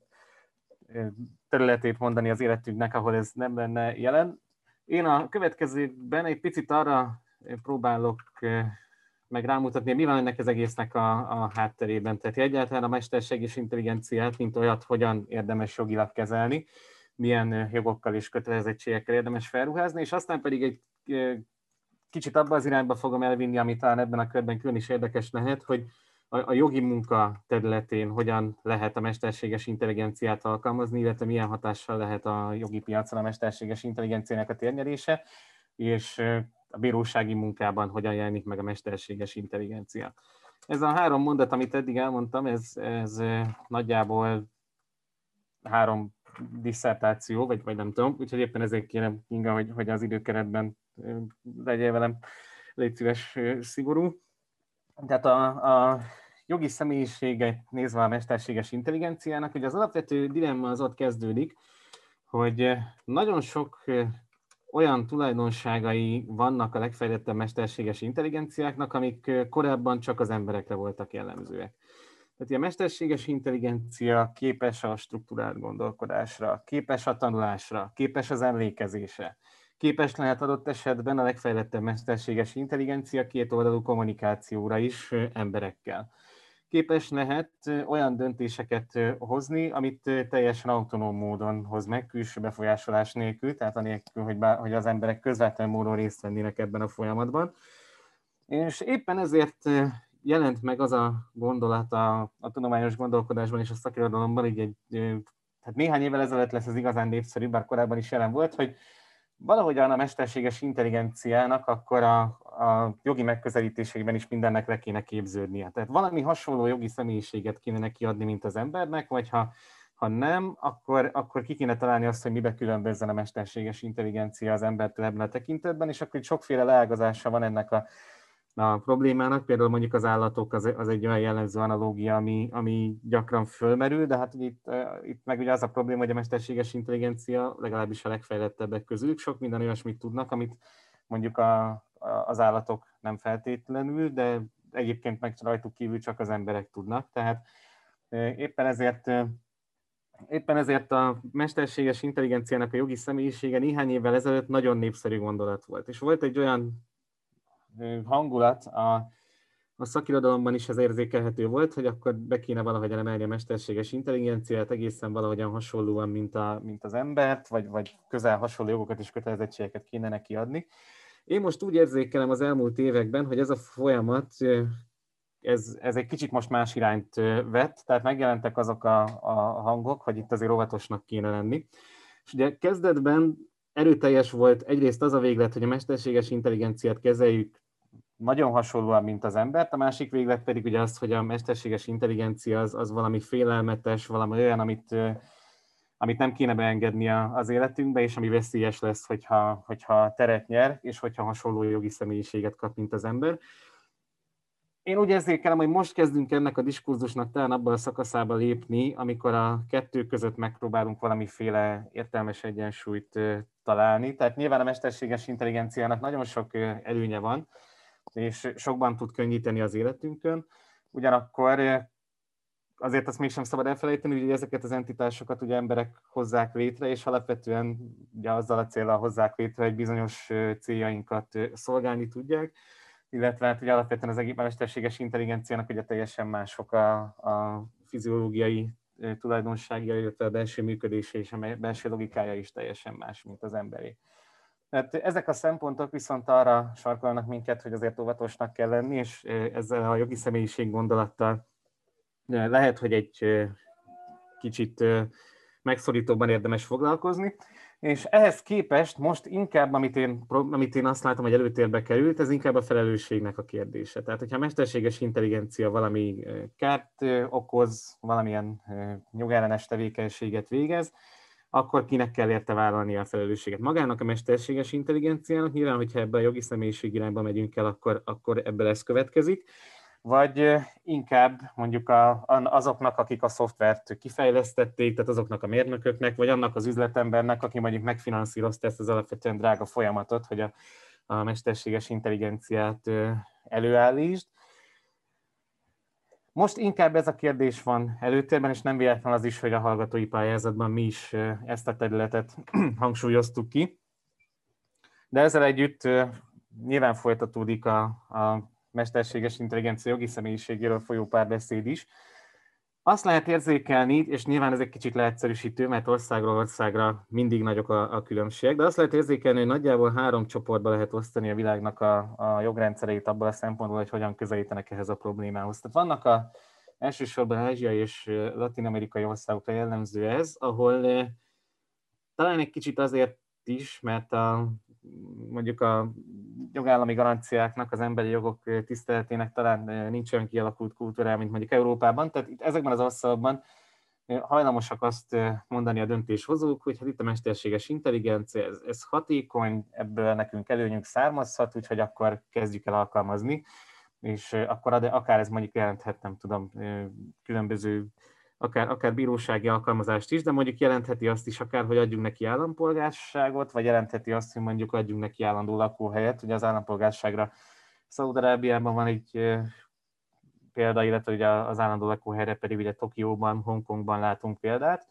területét mondani az életünknek, ahol ez nem lenne jelen. Én a következőkben egy picit arra próbálok meg rámutatni, mi van ennek az egésznek a hátterében. Tehát egyáltalán a mesterséges intelligenciát, mint olyat, hogyan érdemes jogilag kezelni, milyen jogokkal és kötelezettségekkel érdemes felruházni, és aztán pedig egy kicsit abba az irányba fogom elvinni, ami talán ebben a körben külön is érdekes lehet, hogy a jogi munka területén hogyan lehet a mesterséges intelligenciát alkalmazni, illetve milyen hatással lehet a jogi piacon a mesterséges intelligenciának a térnyerése, és a bírósági munkában hogyan jelenik meg a mesterséges intelligencia. Ez a 3 mondat, amit eddig elmondtam, ez nagyjából 3 disszertáció, vagy nem tudom, úgyhogy éppen ezért kérem, Inga, hogy az időkeretben legyél velem, légy szíves, szigorú. Tehát a jogi személyiséget nézve a mesterséges intelligenciának, hogy az alapvető dilemma az ott kezdődik, hogy nagyon sok olyan tulajdonságai vannak a legfejlettebb mesterséges intelligenciáknak, amik korábban csak az emberekre voltak jellemzőek. Tehát a mesterséges intelligencia képes a strukturált gondolkodásra, képes a tanulásra, képes az emlékezésre, képes lehet adott esetben a legfejlettebb mesterséges intelligencia kétoldalú kommunikációra is emberekkel. Képes lehet olyan döntéseket hozni, amit teljesen autonóm módon hoz meg, külső befolyásolás nélkül, tehát anélkül, hogy az emberek közvetlen módon részt vennének ebben a folyamatban. És éppen ezért jelent meg az a gondolat a tudományos gondolkodásban és a szakirodalomban, így hát néhány évvel ezelőtt lesz ez igazán népszerű, bár korábban is jelen volt, hogy valahogyan a mesterséges intelligenciának akkor a jogi megközelítésében is mindennek le kéne képződnie. Tehát valami hasonló jogi személyiséget kéne neki adni, mint az embernek, vagy ha nem, akkor ki kéne találni azt, hogy mibe különbözzen a mesterséges intelligencia az embertől ebben a tekintetben, és akkor itt sokféle leágazása van ennek a problémának, például mondjuk az állatok az egy olyan jellemző analógia, ami gyakran fölmerül, de hát itt meg ugye az a probléma, hogy a mesterséges intelligencia legalábbis a legfejlettebbek közül sok minden olyasmit tudnak, amit mondjuk az állatok nem feltétlenül, de egyébként meg rajtuk kívül csak az emberek tudnak. Tehát éppen ezért a mesterséges intelligenciának a jogi személyisége néhány évvel ezelőtt nagyon népszerű gondolat volt. És volt egy olyan hangulat, a szakirodalomban is ez érzékelhető volt, hogy akkor be kéne valahogyan emelni a mesterséges intelligenciát egészen valahogyan hasonlóan, mint az embert, vagy közel hasonló jogokat és kötelezettségeket kéne neki adni. Én most úgy érzékelem az elmúlt években, hogy ez a folyamat, ez egy kicsit most más irányt vett, tehát megjelentek azok a hangok, hogy itt azért óvatosnak kéne lenni. És ugye kezdetben erőteljes volt egyrészt az a véglet, hogy a mesterséges intelligenciát kezeljük nagyon hasonlóan, mint az embert, a másik véglet pedig ugye az, hogy a mesterséges intelligencia az valami félelmetes, valami olyan, amit nem kéne beengedni az életünkbe, és ami veszélyes lesz, hogyha teret nyer, és hogyha hasonló jogi személyiséget kap, mint az ember. Én úgy érzékelem, hogy most kezdünk ennek a diskurzusnak talán abban a szakaszába lépni, amikor a kettő között megpróbálunk valamiféle értelmes egyensúlyt találni. Tehát nyilván a mesterséges intelligenciának nagyon sok előnye van, és sokban tud könnyíteni az életünkön. Ugyanakkor azért azt mégsem szabad elfelejteni, hogy ezeket az entitásokat ugye emberek hozzák létre, és alapvetően ugye azzal a céllal hozzák létre, hogy bizonyos céljainkat szolgálni tudják, illetve hát ugye alapvetően az egész mesterséges intelligenciának ugye teljesen mások a fiziológiai tulajdonságai, illetve a belső működése és a belső logikája is teljesen más, mint az emberé. Tehát ezek a szempontok viszont arra sarkolnak minket, hogy azért óvatosnak kell lenni, és ezzel a jogi személyiség gondolattal lehet, hogy egy kicsit megszorítóban érdemes foglalkozni. És ehhez képest most inkább, amit én azt látom, hogy előtérbe került, ez inkább a felelősségnek a kérdése. Tehát, hogyha a mesterséges intelligencia valami kárt okoz, valamilyen jogellenes tevékenységet végez, akkor kinek kell érte vállalni a felelősséget? Magának a mesterséges intelligenciának, nyilván, hogyha ebbe a jogi személyiség irányba megyünk el, akkor ebből ez következik, vagy inkább mondjuk azoknak, akik a szoftvert kifejlesztették, tehát azoknak a mérnököknek, vagy annak az üzletembernek, aki mondjuk megfinanszírozta ezt az alapvetően drága folyamatot, hogy a mesterséges intelligenciát előállítsd. Most inkább ez a kérdés van előtérben, és nem véletlen az is, hogy a hallgatói pályázatban mi is ezt a területet hangsúlyoztuk ki. De ezzel együtt nyilván folytatódik a mesterséges intelligencia jogi személyiségéről folyó párbeszéd is. Azt lehet érzékelni, és nyilván ez egy kicsit leegyszerűsítő, mert országról országra mindig nagyok a különbségek, de azt lehet érzékelni, hogy nagyjából 3 csoportba lehet osztani a világnak a jogrendszereit abban a szempontból, hogy hogyan közelítenek ehhez a problémához. Tehát vannak elsősorban ázsiai és latin-amerikai országokra jellemző ez, ahol talán egy kicsit azért is, mert mondjuk a jogállami garanciáknak, az emberi jogok tiszteletének talán nincs olyan kialakult kultúrája, mint mondjuk Európában. Tehát itt ezekben az országokban hajlamosak azt mondani a döntéshozók, hogy hát itt a mesterséges intelligencia, ez hatékony, ebből nekünk előnyünk származhat, úgyhogy akkor kezdjük el alkalmazni, és akkor akár ez mondjuk jelenthet, nem tudom, különböző akár bírósági alkalmazást is, de mondjuk jelentheti azt is akár, hogy adjunk neki állampolgárságot, vagy jelentheti azt, hogy mondjuk adjunk neki állandó lakóhelyet. Ugye az állampolgárságra Szaúd-Arábiában van egy példa, illetve ugye az állandó lakóhelyre pedig ugye Tokióban, Hongkongban látunk példát.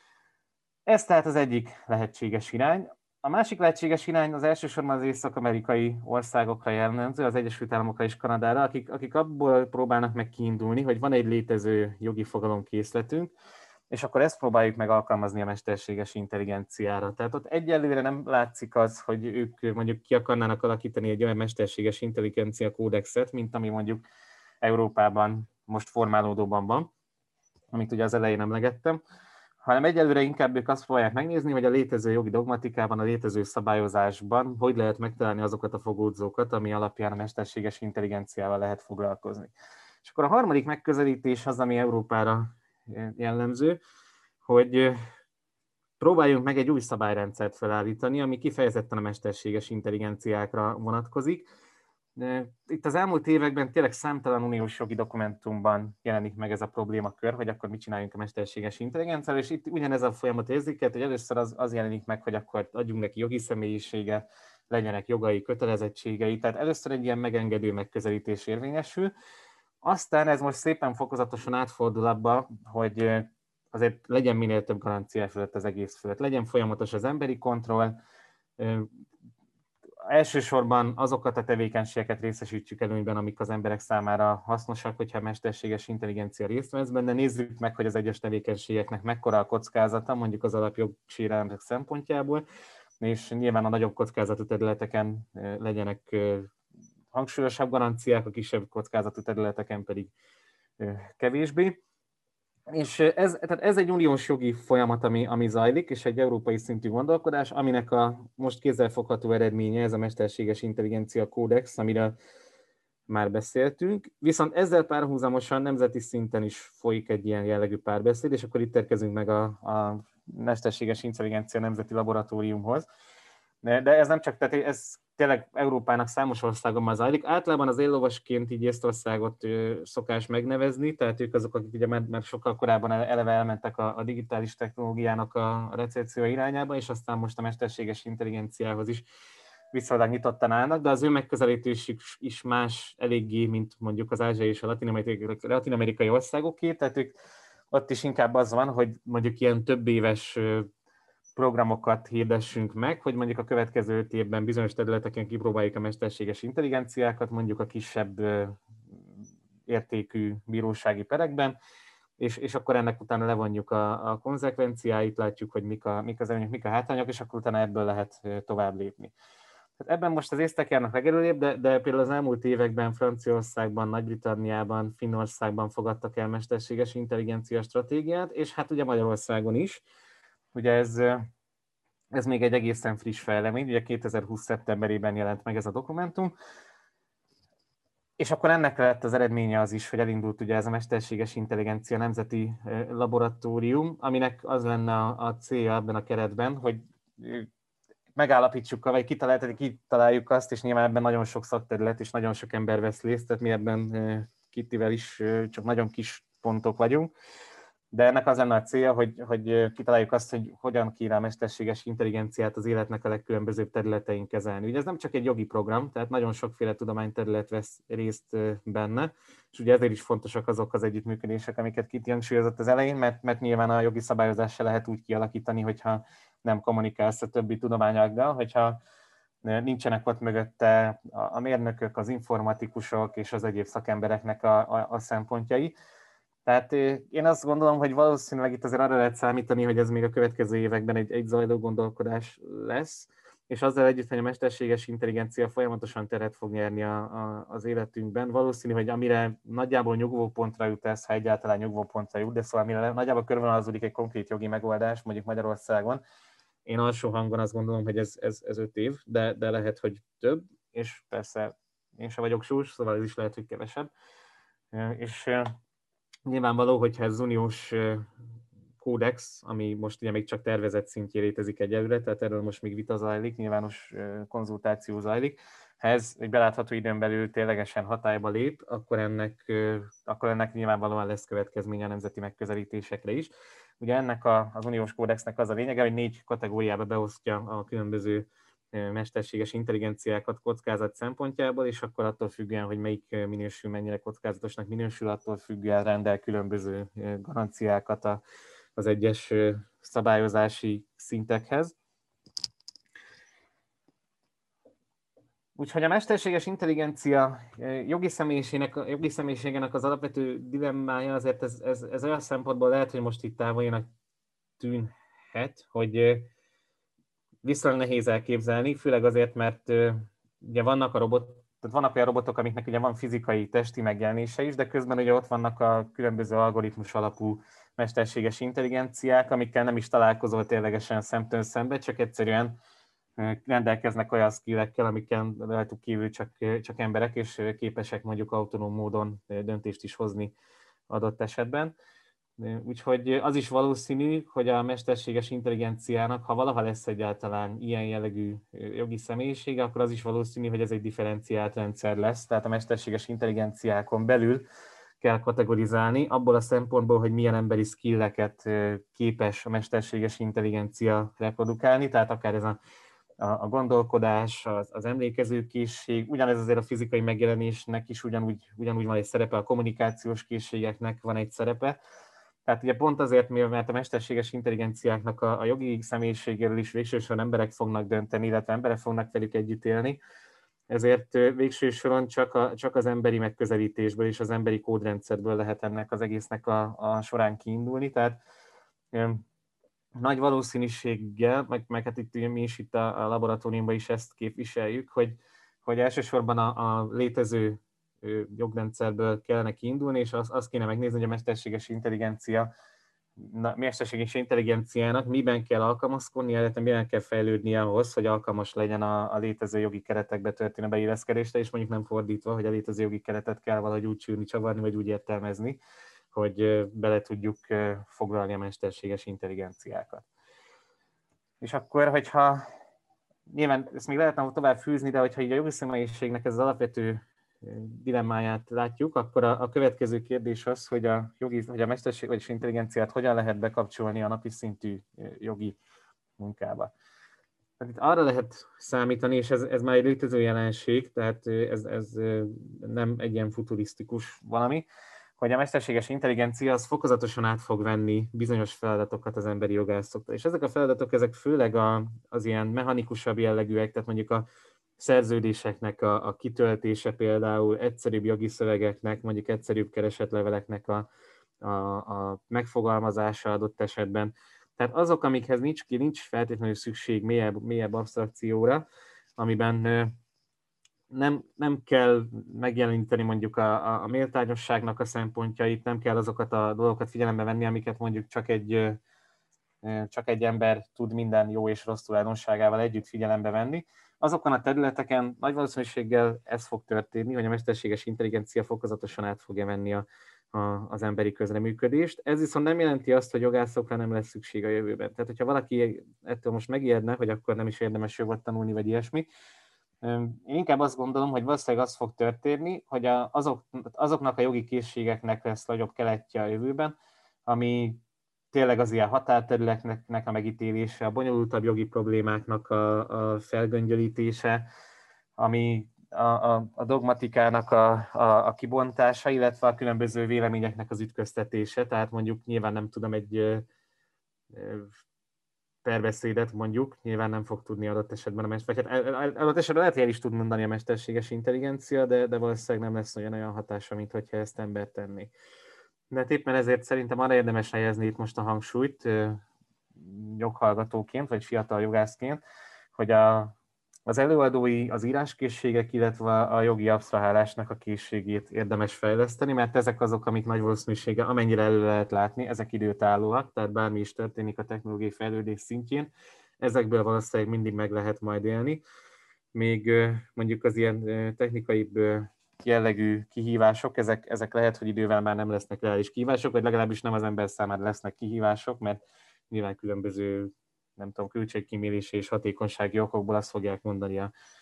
Ez tehát az egyik lehetséges irány. A másik lehetséges irány az elsősorban az észak-amerikai országokra jellemző, az Egyesült Államokra és Kanadára, akik abból próbálnak meg kiindulni, hogy van egy létező jogi fogalomkészletünk, és akkor ezt próbáljuk meg alkalmazni a mesterséges intelligenciára. Tehát ott egyelőre nem látszik az, hogy ők mondjuk ki akarnának alakítani egy olyan mesterséges intelligencia kódexet, mint ami mondjuk Európában most formálódóban van, amit ugye az elején emlegettem, hanem egyelőre inkább ők azt próbálják megnézni, hogy a létező jogi dogmatikában, a létező szabályozásban hogy lehet megtalálni azokat a fogódzókat, ami alapján a mesterséges intelligenciával lehet foglalkozni. És akkor a harmadik megközelítés az, ami Európára jellemző, hogy próbáljunk meg egy új szabályrendszert felállítani, ami kifejezetten a mesterséges intelligenciákra vonatkozik. Itt az elmúlt években tényleg számtalan uniós jogi dokumentumban jelenik meg ez a problémakör, hogy akkor mit csináljunk a mesterséges intelligenciával, és itt ugyanez a folyamat érzékelt, hogy először az jelenik meg, hogy akkor adjunk neki jogi személyiséget, legyenek jogai, kötelezettségei, tehát először egy ilyen megengedő megközelítés érvényesül. Aztán ez most szépen fokozatosan átfordul abba, hogy azért legyen minél több garancia fölött az egész fölött, legyen folyamatos az emberi kontroll, elsősorban azokat a tevékenységeket részesítsük előnyben, amik az emberek számára hasznosak, hogyha a mesterséges intelligencia részt vesz benne. Nézzük meg, hogy az egyes tevékenységeknek mekkora a kockázata, mondjuk az alapjogsérelmek szempontjából, és nyilván a nagyobb kockázatú területeken legyenek hangsúlyosabb garanciák, a kisebb kockázatú területeken pedig kevésbé. És ez egy uniós jogi folyamat, ami zajlik, és egy európai szintű gondolkodás, aminek a most kézzelfogható eredménye ez a mesterséges intelligencia kódex, amiről már beszéltünk. Viszont ezzel párhuzamosan nemzeti szinten is folyik egy ilyen jellegű párbeszéd, és akkor itt érkezünk meg a mesterséges intelligencia nemzeti laboratóriumhoz. De ez nem csak, tehát ez tényleg Európának számos országban zajlik. Általában az éllovasként így Észtországot szokás megnevezni, tehát ők azok, akik ugye már sokkal korábban eleve elmentek a digitális technológiának a recepció irányába, és aztán most a mesterséges intelligenciához is viszonylag nyitottan állnak, de az ő megközelítésük is más eléggé, mint mondjuk az ázsiai és a latin-amerikai országoké, tehát ők ott is inkább az van, hogy mondjuk ilyen több éves programokat hirdessünk meg, hogy mondjuk a következő 5 évben bizonyos területeken kipróbáljuk a mesterséges intelligenciákat, mondjuk a kisebb értékű bírósági perekben, és akkor ennek utána levonjuk a konzekvenciáit, látjuk, hogy mik az előnyök, mik a hátrányok, és akkor utána ebből lehet tovább lépni. Tehát ebben most az észtek járnak legelőrébb, de például az elmúlt években Franciaországban, Nagy-Britanniában, Finnországban fogadtak el mesterséges intelligencia stratégiát, és hát ugye Magyarországon is. Ugye ez még egy egészen friss fejlemény, ugye 2020. szeptemberében jelent meg ez a dokumentum, és akkor ennek lett az eredménye az is, hogy elindult ugye ez a mesterséges intelligencia nemzeti laboratórium, aminek az lenne a célja ebben a keretben, hogy megállapítsuk, vagy kitaláljuk azt, és nyilván ebben nagyon sok szakterület és nagyon sok ember vesz részt, tehát mi ebben Kittivel is csak nagyon kis pontok vagyunk, de ennek az lenne a célja, hogy kitaláljuk azt, hogy hogyan kéne a mesterséges intelligenciát az életnek a legkülönbözőbb területein kezelni. Ugye ez nem csak egy jogi program, tehát nagyon sokféle tudományterület vesz részt benne, és ugye ezért is fontosak azok az együttműködések, amiket Kitti hangsúlyozott az elején, mert nyilván a jogi szabályozást se lehet úgy kialakítani, hogyha nem kommunikálsz a többi tudományággal, hogyha nincsenek ott mögötte a mérnökök, az informatikusok és az egyéb szakembereknek a szempontjai. Tehát én azt gondolom, hogy valószínűleg itt azért arra lehet számítani, hogy ez még a következő években egy zajló gondolkodás lesz, és azzal együtt, hogy a mesterséges intelligencia folyamatosan teret fog nyerni az életünkben. Valószínű, hogy amire nagyjából nyugvópontra jut ez, ha egyáltalán nyugvópontra jut, de szóval amire nagyjából körvonalazódik egy konkrét jogi megoldás, mondjuk Magyarországon, én alsó hangon azt gondolom, hogy ez 5 év, de lehet, hogy több, és persze én sem vagyok sós, szóval ez is lehet, hogy kevesebb. És nyilvánvaló, hogyha ez az uniós kódex, ami most ugye még csak tervezett szintjén létezik egyelőre, tehát erről most még vita zajlik, nyilvános konzultáció zajlik. Ha ez egy belátható időn belül ténylegesen hatályba lép, akkor ennek nyilvánvalóan lesz következménye a nemzeti megközelítésekre is. Ugye ennek az uniós kódexnek az a lényege, hogy 4 kategóriába beosztja a különböző mesterséges intelligenciákat kockázat szempontjából, és akkor attól függően, hogy melyik minősül, mennyire kockázatosnak minősül, attól függően rendel különböző garanciákat az egyes szabályozási szintekhez. Úgyhogy a mesterséges intelligencia jogi személyiségének az alapvető dilemmája azért ez olyan szempontból lehet, hogy most itt távolinak tűnhet, hogy viszonylag nehéz elképzelni, főleg azért, mert ugye vannak olyan robotok, amiknek ugye van fizikai, testi megjelenése is, de közben ugye ott vannak a különböző algoritmus alapú mesterséges intelligenciák, amikkel nem is találkozol ténylegesen szemtől szembe, csak egyszerűen rendelkeznek olyan skillekkel, amikkel rajtuk kívül csak emberek, és képesek mondjuk autonóm módon döntést is hozni adott esetben. Úgyhogy az is valószínű, hogy a mesterséges intelligenciának, ha valaha lesz egyáltalán ilyen jellegű jogi személyisége, akkor az is valószínű, hogy ez egy differenciált rendszer lesz, tehát a mesterséges intelligenciákon belül kell kategorizálni, abból a szempontból, hogy milyen emberi skilleket képes a mesterséges intelligencia reprodukálni, tehát akár ez a gondolkodás, az emlékezőkészség, ugyanez azért a fizikai megjelenésnek is ugyanúgy van egy szerepe, a kommunikációs készségeknek van egy szerepe. Tehát ugye pont azért, mert a mesterséges intelligenciáknak a jogi személyiségéről is végső soron emberek fognak dönteni, illetve emberek fognak velük együtt élni, ezért végső soron csak az emberi megközelítésből és az emberi kódrendszerből lehet ennek az egésznek a során kiindulni. Tehát nagy valószínűséggel, meg hát itt mi is itt a laboratóriumban is ezt képviseljük, hogy elsősorban a létező jogrendszerből kellene kiindulni, és azt kéne megnézni, hogy a mesterséges intelligenciának miben kell alkalmazkodni, illetve miben kell fejlődnie ahhoz, hogy alkalmas legyen a létező jogi keretekbe történő beilleszkedésre, és mondjuk nem fordítva, hogy a létező jogi keretet kell valahogy úgy csűrni, csavarni, vagy úgy értelmezni, hogy bele tudjuk foglalni a mesterséges intelligenciákat. És akkor, hogyha nyilván ezt még lehetne tovább fűzni, de hogyha így a jogi személyiségnek ez az alapvető dilemmáját látjuk, akkor a következő kérdés az, hogy a mesterség vagy intelligenciát hogyan lehet bekapcsolni a napi szintű jogi munkába. Tehát itt arra lehet számítani, és ez már egy létező jelenség, tehát ez nem egy ilyen futurisztikus valami, hogy a mesterséges intelligencia az fokozatosan át fog venni bizonyos feladatokat az emberi jogászoktól. És ezek a feladatok, ezek főleg az ilyen mechanikusabb jellegűek, tehát mondjuk a szerződéseknek a kitöltése például, egyszerűbb jogi szövegeknek, mondjuk egyszerűbb keresetleveleknek a megfogalmazása adott esetben. Tehát azok, amikhez nincs feltétlenül szükség mélyebb absztrakcióra, amiben nem kell megjeleníteni mondjuk a méltányosságnak a szempontjait, nem kell azokat a dolgokat figyelembe venni, amiket mondjuk csak egy ember tud minden jó és rossz tulajdonságával együtt figyelembe venni. Azokon a területeken nagy valószínűséggel ez fog történni, hogy a mesterséges intelligencia fokozatosan át fogja venni az emberi közreműködést. Ez viszont nem jelenti azt, hogy jogászokra nem lesz szükség a jövőben. Tehát, hogyha valaki ettől most megijedne, hogy akkor nem is érdemes jogot tanulni, vagy ilyesmi, én inkább azt gondolom, hogy valószínűleg az fog történni, hogy azoknak a jogi készségeknek lesz nagyobb keletje a jövőben, ami tényleg az ilyen határterületeknek a megítélése, a bonyolultabb jogi problémáknak a felgöngyölítése, ami a dogmatikának a kibontása, illetve a különböző véleményeknek az ütköztetése. Tehát mondjuk nyilván nem tudom, egy perbeszédet mondjuk, nyilván nem fog tudni adott esetben adott esetben lehet, hogy el is tud mondani a mesterséges intelligencia, de valószínűleg nem lesz olyan hatása, mint hogyha ezt ember tenné. De hát éppen ezért szerintem arra érdemes helyezni itt most a hangsúlyt joghallgatóként, vagy fiatal jogászként, hogy az előadói, az íráskészségek, illetve a jogi absztrahálásnak a készségét érdemes fejleszteni, mert ezek azok, amik nagy valószínűséggel, amennyire elő lehet látni, ezek időtállóak, tehát bármi is történik a technológiai fejlődés szintjén, ezekből valószínűleg mindig meg lehet majd élni. Még mondjuk az ilyen technikaibb jellegű kihívások, ezek lehet, hogy idővel már nem lesznek reális kihívások, vagy legalábbis nem az ember számára lesznek kihívások, mert nyilván különböző költségkímélési és hatékonysági okokból azt fogják mondani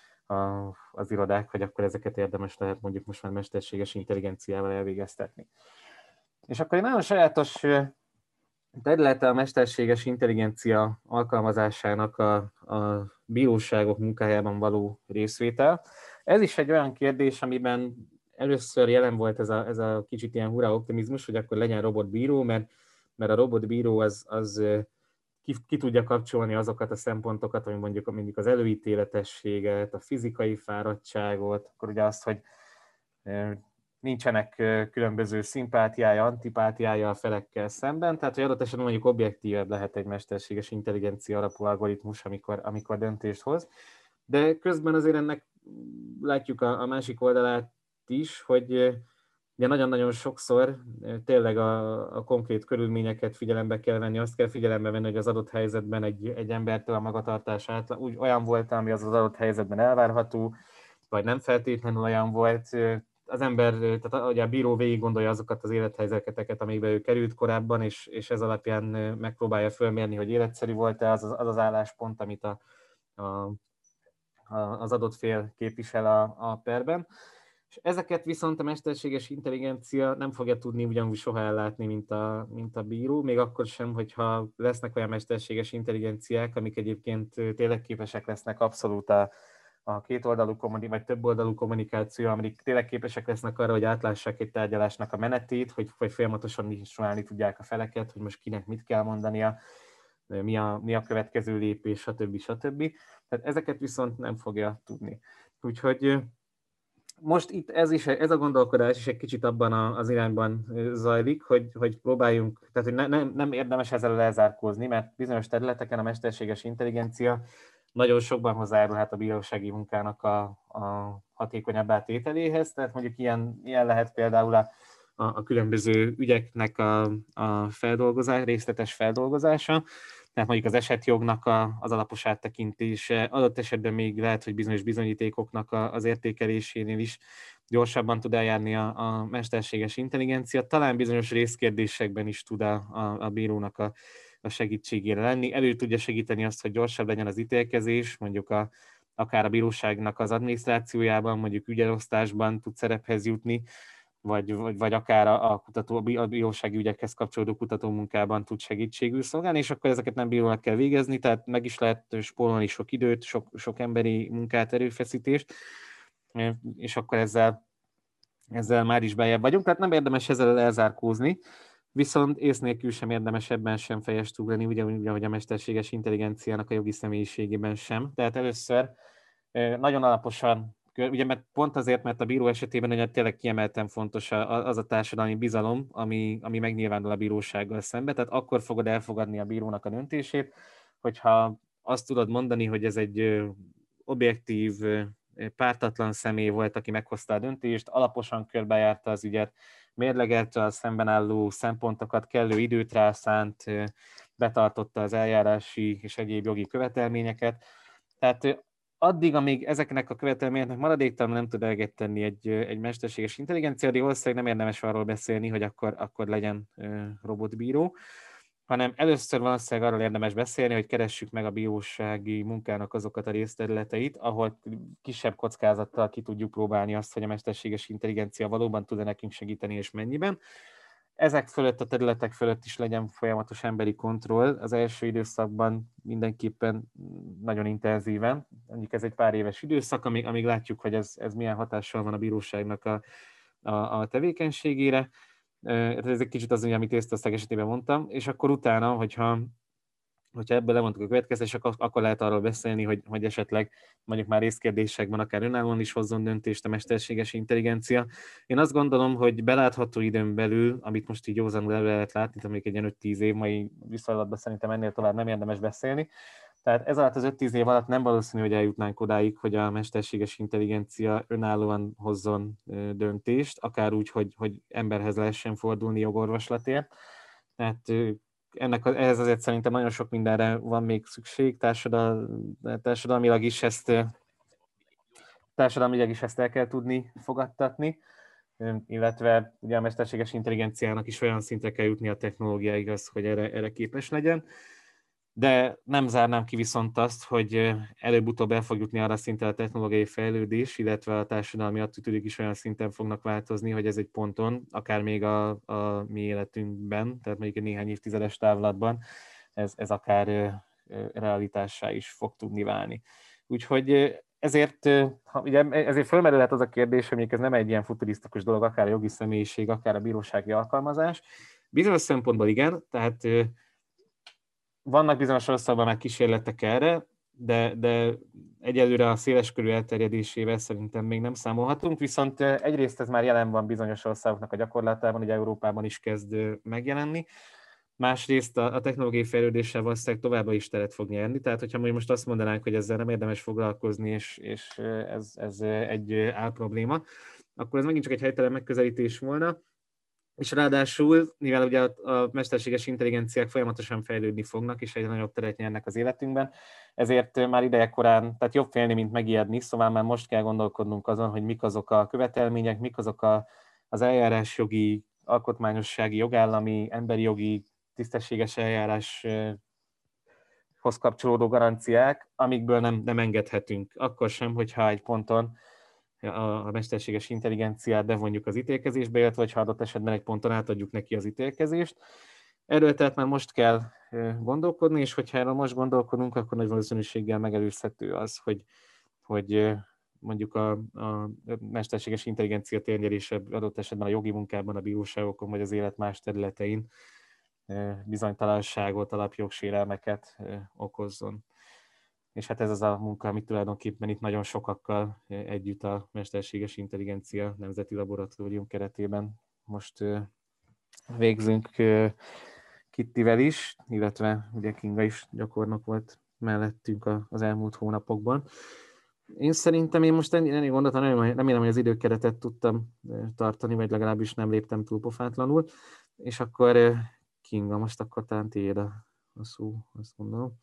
az irodák, hogy akkor ezeket érdemes lehet mondjuk most már mesterséges intelligenciával elvégeztetni. És akkor egy nagyon sajátos területe a mesterséges intelligencia alkalmazásának a bíróságok munkájában való részvétel. Ez is egy olyan kérdés, amiben először jelen volt ez a kicsit ilyen hurrá optimizmus, hogy akkor legyen robotbíró, mert a robotbíró az ki tudja kapcsolni azokat a szempontokat, ami mondjuk az előítéletességet, a fizikai fáradtságot, akkor ugye azt, hogy nincsenek különböző szimpátiája, antipátiája a felekkel szemben, tehát hogy adott esetben mondjuk objektívebb lehet egy mesterséges intelligencia alapú algoritmus, amikor döntést hoz. De közben azért ennek látjuk a másik oldalát is, hogy ugye nagyon-nagyon sokszor tényleg a konkrét körülményeket figyelembe kell venni, azt kell figyelembe venni, hogy az adott helyzetben egy embertől a magatartását úgy olyan volt, ami az adott helyzetben elvárható, vagy nem feltétlenül olyan volt. Az ember, tehát ugye a bíró végig gondolja azokat az élethelyzeteket, amikbe ő került korábban, és ez alapján megpróbálja fölmérni, hogy életszerű volt-e az álláspont, amit az adott fél képvisel a perben. És ezeket viszont a mesterséges intelligencia nem fogja tudni ugyanúgy soha ellátni, mint a bíró, még akkor sem, hogyha lesznek olyan mesterséges intelligenciák, amik egyébként tényleg képesek lesznek abszolút a kétoldalú vagy többoldalú kommunikáció, amik tényleg képesek lesznek arra, hogy átlássák egy tárgyalásnak a menetét, hogy folyamatosan vizsgálni tudják a feleket, hogy most kinek mit kell mondania, mi a következő lépés, stb. Tehát ezeket viszont nem fogja tudni. Úgyhogy most itt ez a gondolkodás is egy kicsit abban az irányban zajlik, hogy próbáljunk, tehát hogy nem érdemes ezzel lezárkózni, mert bizonyos területeken a mesterséges intelligencia nagyon sokban hozzájárulhat a bírósági munkának a hatékonyabb átételéhez, tehát mondjuk ilyen lehet például a különböző ügyeknek a feldolgozás, részletes feldolgozása, tehát mondjuk az esetjognak az alapos áttekintése, adott esetben még lehet, hogy bizonyos bizonyítékoknak az értékelésénél is gyorsabban tud eljárni a mesterséges intelligencia, talán bizonyos részkérdésekben is tud a bírónak a segítségére lenni. Elő tudja segíteni azt, hogy gyorsabb legyen az ítélkezés, mondjuk akár a bíróságnak az adminisztrációjában, mondjuk ügyelosztásban tud szerephez jutni, vagy akár a bírósági ügyekhez kapcsolódó kutatómunkában tud segítségül szolgálni, és akkor ezeket nem bírónak kell végezni, tehát meg is lehet spórolni sok időt, sok emberi munkát, erőfeszítést, és akkor ezzel már is bejebb vagyunk, tehát nem érdemes ezzel elzárkózni, viszont ész nélkül sem érdemes ebben sem fejest ugrani, ugyanúgy, ahogy a mesterséges intelligenciának a jogi személyiségében sem. Tehát először nagyon alaposan, ugye mert pont azért, mert a bíró esetében ugye tényleg kiemelten fontos az a társadalmi bizalom, ami megnyilvánul a bírósággal szembe, tehát akkor fogod elfogadni a bírónak a döntését, hogyha azt tudod mondani, hogy ez egy objektív, pártatlan személy volt, aki meghozta a döntést, alaposan körbejárta az ügyet, mérlegelte a szemben álló szempontokat, kellő időt rászánt, betartotta az eljárási és egyéb jogi követelményeket. Tehát addig, amíg ezeknek a követelményeknek maradéktalanul nem tud eleget tenni egy mesterséges intelligencia, addig valószínűleg nem érdemes arról beszélni, hogy akkor legyen robotbíró, hanem először valószínűleg arról érdemes beszélni, hogy keressük meg a bírósági munkának azokat a részterületeit, ahol kisebb kockázattal ki tudjuk próbálni azt, hogy a mesterséges intelligencia valóban tud-e nekünk segíteni, és mennyiben. Ezek fölött, a területek fölött is legyen folyamatos emberi kontroll. Az első időszakban mindenképpen nagyon intenzíven, mondjuk ez egy pár éves időszak, amíg látjuk, hogy ez milyen hatással van a bíróságnak a tevékenységére. Ez egy kicsit az, amit Észtország esetében mondtam, és akkor utána, hogyha ebből levontuk a következtetést, akkor lehet arról beszélni, hogy esetleg mondjuk már részkérdésekben akár önállóan is hozzon döntést a mesterséges intelligencia. Én azt gondolom, hogy belátható időn belül, amit most így józanul el lehet látni, amelyik egy ilyen 5-10 év, mai viszonylatban szerintem ennél tovább nem érdemes beszélni. Tehát ez alatt az 5-10 év alatt nem valószínű, hogy eljutnánk odáig, hogy a mesterséges intelligencia önállóan hozzon döntést, akár úgy, hogy emberhez lehessen fordulni jogorvoslatért. Tehát ehhez azért szerintem nagyon sok mindenre van még szükség, társadalmilag is ezt el kell tudni fogadtatni, illetve ugye a mesterséges intelligenciának is olyan szintre kell jutni a technológiáig, hogy erre képes legyen. De nem zárnám ki viszont azt, hogy előbb-utóbb el fog jutni arra szinten a technológiai fejlődés, illetve a társadalmi attitűdök is olyan szinten fognak változni, hogy ez egy ponton, akár még a mi életünkben, tehát mondjuk egy néhány évtizedes távlatban, ez akár realitássá is fog tudni válni. Úgyhogy ezért fölmerülhet az a kérdés, hogy ez nem egy ilyen futurisztikus dolog, akár a jogi személyiség, akár a bírósági alkalmazás. Bizonyos szempontból igen, tehát vannak bizonyos országban már kísérletek erre, de egyelőre a széleskörű elterjedésével szerintem még nem számolhatunk, viszont egyrészt ez már jelen van bizonyos országoknak a gyakorlatában, ugye Európában is kezd megjelenni, másrészt a technológiai fejlődéssel valószínűleg továbbra is teret fog nyerni, tehát hogyha most azt mondanánk, hogy ezzel nem érdemes foglalkozni, és ez egy álprobléma, akkor ez megint csak egy helytelen megközelítés volna. És ráadásul, mivel ugye a mesterséges intelligenciák folyamatosan fejlődni fognak, és egyre nagyobb teret nyernek az életünkben, ezért már idejekorán, tehát jobb félni, mint megijedni, szóval már most kell gondolkodnunk azon, hogy mik azok a követelmények, mik azok az eljárásjogi, alkotmányossági, jogállami, emberi jogi, tisztességes eljáráshoz kapcsolódó garanciák, amikből nem engedhetünk. Akkor sem, hogyha egy ponton a mesterséges intelligenciát bevonjuk az ítélkezésbe, illetve ha adott esetben egy ponton átadjuk neki az ítélkezést. Erről tehát már most kell gondolkodni, és hogyha erről most gondolkodunk, akkor nagy valószínűséggel megelőzhető az, hogy mondjuk a mesterséges intelligencia térnyerése adott esetben a jogi munkában, a bíróságokon vagy az élet más területein bizonytalanságot, alapjogsérelmeket okozzon. És hát ez az a munka, amit tulajdonképpen itt nagyon sokakkal együtt a Mesterséges Intelligencia Nemzeti Laboratórium keretében most végzünk Kittivel is, illetve ugye Kinga is gyakornok volt mellettünk az elmúlt hónapokban. Én szerintem most ennél gondoltam, remélem, hogy az időkeretet tudtam tartani, vagy legalábbis nem léptem túl pofátlanul, és akkor Kinga, most akkor talán tiéd a szó, azt mondom.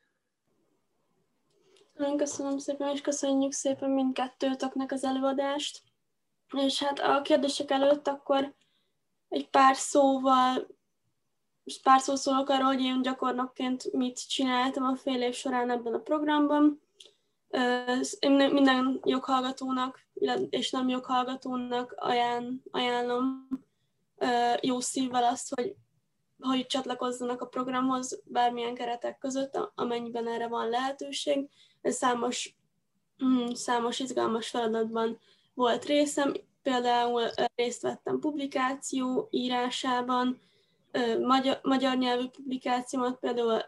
Nagyon köszönöm szépen, és köszönjük szépen mindkettőtöknek az előadást. És hát a kérdések előtt akkor egy pár szóval pár szót szólok arról, hogy én gyakornokként mit csináltam a fél év során ebben a programban. Én minden joghallgatónak és nem joghallgatónak ajánlom jó szívvel azt, hogy csatlakozzanak a programhoz bármilyen keretek között, amennyiben erre van lehetőség. Ez számos izgalmas feladatban volt részem, például részt vettem publikáció írásában, magyar nyelvű publikációmat például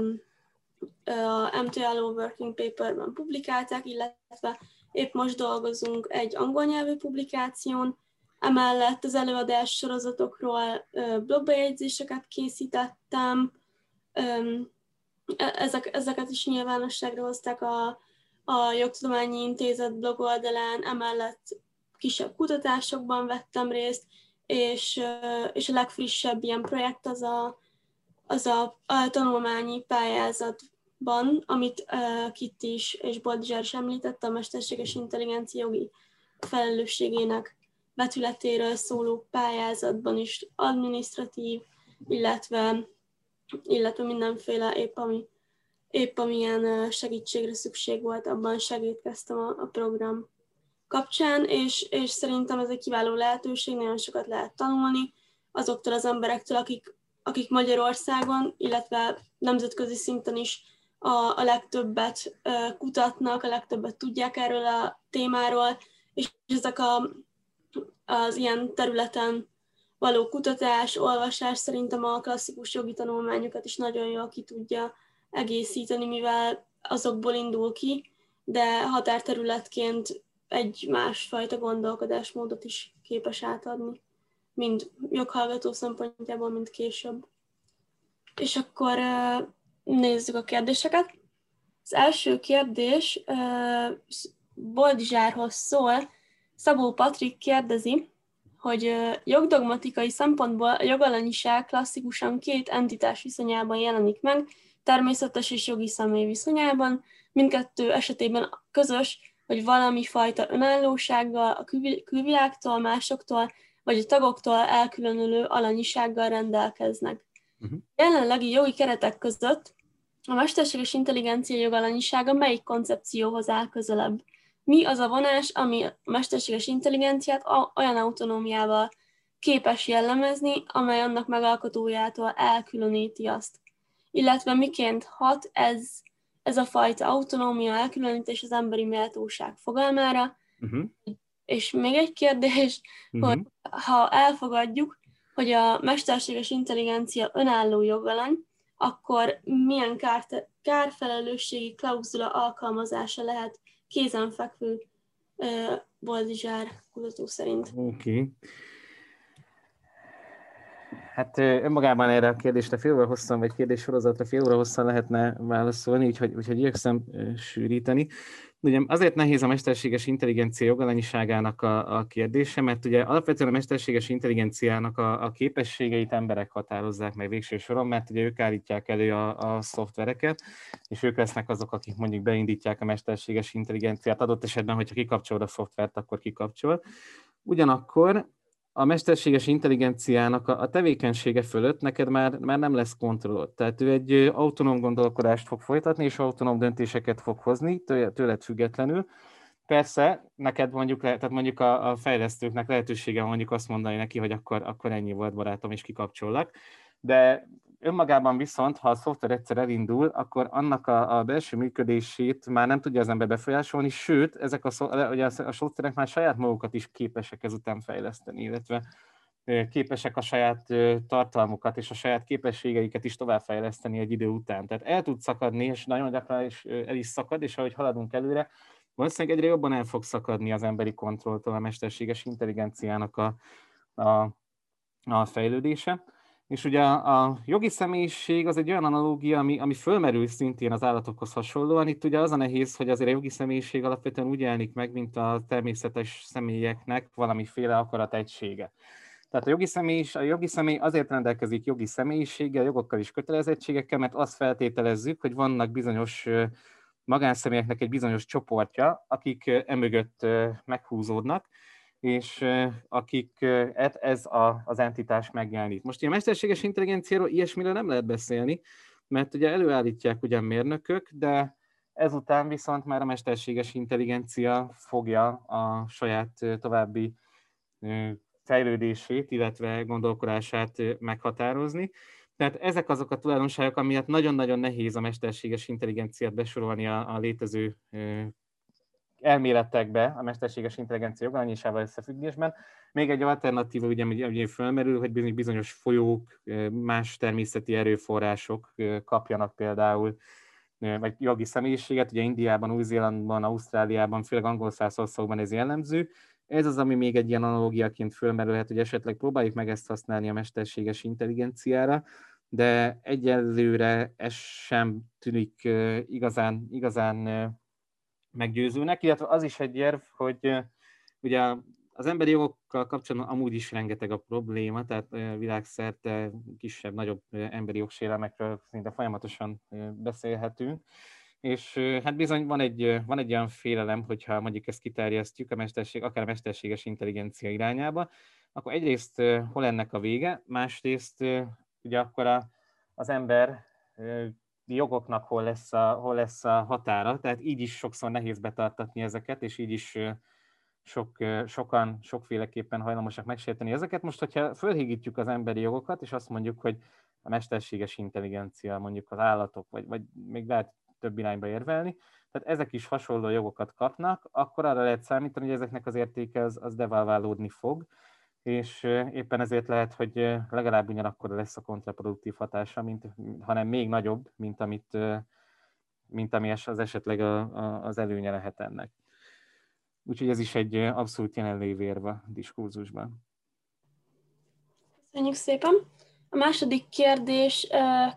a MTLO Working Paperben publikálták, illetve épp most dolgozunk egy angol nyelvű publikáción. Emellett az előadás sorozatokról blogbejegyzéseket készítettem, ezeket is nyilvánosságra hozták a Jogtudományi Intézet blog oldalán, emellett kisebb kutatásokban vettem részt, és a legfrissebb ilyen projekt az a tanulmányi pályázatban, amit Kitty is és Boldizsár is említette, a mesterséges intelligencia jogi felelősségének vetületéről szóló pályázatban is adminisztratív, illetve mindenféle épp amilyen segítségre szükség volt, abban segítkeztem a program kapcsán, és szerintem ez egy kiváló lehetőség, nagyon sokat lehet tanulni azoktól az emberektől, akik Magyarországon, illetve nemzetközi szinten is a legtöbbet kutatnak, a legtöbbet tudják erről a témáról, és ezek az ilyen területen való kutatás, olvasás szerintem a klasszikus jogi tanulmányokat is nagyon jól ki tudja egészíteni, mivel azokból indul ki, de határterületként egy másfajta gondolkodásmódot is képes átadni, mind joghallgató szempontjából, mind később. És akkor nézzük a kérdéseket. Az első kérdés Boldizsárhoz szól. Szabó Patrik kérdezi, hogy jogdogmatikai szempontból a jogalanyiság klasszikusan két entitás viszonyában jelenik meg, természetes és jogi személy viszonyában. Mindkettő esetében közös, hogy valami fajta önállósággal a külvilágtól, másoktól, vagy a tagoktól elkülönülő alanyisággal rendelkeznek. Jelenlegi jogi keretek között a mesterséges intelligencia jogalanyisága melyik koncepcióhoz áll közelebb? Mi az a vonás, ami a mesterséges intelligenciát olyan autonómiával képes jellemezni, amely annak megalkotójától elkülöníti azt? Illetve miként hat ez a fajta autonómia elkülönítés az emberi méltóság fogalmára? És még egy kérdés, hogy ha elfogadjuk, hogy a mesterséges intelligencia önálló jogalany, akkor milyen kárfelelősségi klauzula alkalmazása lehet kézenfekvő Boldizsár kutató szerint? Oké. Hát önmagában erre a kérdésre fél óra hosszan, vagy kérdéssorozatra fél óra hosszan lehetne válaszolni, úgyhogy igyekszem sűríteni. Ugye azért nehéz a mesterséges intelligencia jogalanyiságának a kérdése, mert ugye alapvetően a mesterséges intelligenciának a képességeit emberek határozzák meg végső soron, mert ugye ők állítják elő a szoftvereket, és ők lesznek azok, akik mondjuk beindítják a mesterséges intelligenciát, adott esetben, hogyha kikapcsol a szoftvert, akkor kikapcsol. Ugyanakkor a mesterséges intelligenciának a tevékenysége fölött neked már nem lesz kontroll. Tehát ő egy autonóm gondolkodást fog folytatni, és autonóm döntéseket fog hozni, tőled függetlenül. Persze, neked mondjuk a fejlesztőknek lehetősége van mondjuk azt mondani neki, hogy akkor ennyi volt, barátom, és kikapcsollak. De önmagában viszont, ha a szoftver egyszer elindul, akkor annak a belső működését már nem tudja az ember befolyásolni, sőt, ezek a szoftverek már saját magukat is képesek ezután fejleszteni, illetve képesek a saját tartalmukat és a saját képességeiket is továbbfejleszteni egy idő után. Tehát el tud szakadni, és nagyon gyakran el is szakad, és ahogy haladunk előre, valószínűleg egyre jobban el fog szakadni az emberi kontrolltól a mesterséges intelligenciának a fejlődése. És ugye a jogi személyiség az egy olyan analógia, ami fölmerül szintén az állatokhoz hasonlóan. Itt ugye az a nehéz, hogy azért a jogi személyiség alapvetően úgy jelenik meg, mint a természetes személyeknek valamiféle akarategysége. Tehát a jogi személy azért rendelkezik jogi személyiséggel, jogokkal és kötelezettségekkel, mert azt feltételezzük, hogy vannak bizonyos magánszemélyeknek egy bizonyos csoportja, akik emögött meghúzódnak, és akik ez az entitás megjelenít. Most a mesterséges intelligenciáról ilyesmiről nem lehet beszélni, mert ugye előállítják ugyan mérnökök, de ezután viszont már a mesterséges intelligencia fogja a saját további fejlődését, illetve gondolkodását meghatározni. Tehát ezek azok a tulajdonságok, amiatt nagyon-nagyon nehéz a mesterséges intelligenciát besorolni a létező elméletekbe, a mesterséges intelligencia jogalanyisával összefüggésben. Még egy alternatíva ugye fölmerül, hogy bizonyos folyók, más természeti erőforrások kapjanak például, vagy jogi személyiséget. Ugye Indiában, Új-Zélandban, Ausztráliában, főleg angol száz országokban ez jellemző. Ez az, ami még egy ilyen analógiaként fölmerülhet, hogy esetleg próbáljuk meg ezt használni a mesterséges intelligenciára, de egyelőre ez sem tűnik igazán meggyőzőnek, illetve az is egy érv, hogy ugye az emberi jogokkal kapcsolatban amúgy is rengeteg a probléma, tehát világszerte kisebb-nagyobb emberi jogsérelmekről szinte folyamatosan beszélhetünk, és hát bizony van egy olyan félelem, hogyha mondjuk ezt kiterjesztjük akár a mesterséges intelligencia irányába, akkor egyrészt hol ennek a vége, másrészt ugye akkor az ember jogoknak hol lesz a határa, tehát így is sokszor nehéz betartatni ezeket, és így is sokan sokféleképpen hajlamosak megsérteni ezeket. Most, hogyha fölhígítjuk az emberi jogokat, és azt mondjuk, hogy a mesterséges intelligencia, mondjuk az állatok, vagy még lehet több irányba érvelni, tehát ezek is hasonló jogokat kapnak, akkor arra lehet számítani, hogy ezeknek az értéke az devalválódni fog, és éppen ezért lehet, hogy legalább ugyanakkor lesz a kontraproduktív hatása, hanem még nagyobb, mint ami az esetleg az előnye lehet ennek. Úgyhogy ez is egy abszolút jelenlévő érv a diskurzusban. Köszönjük szépen. A második kérdés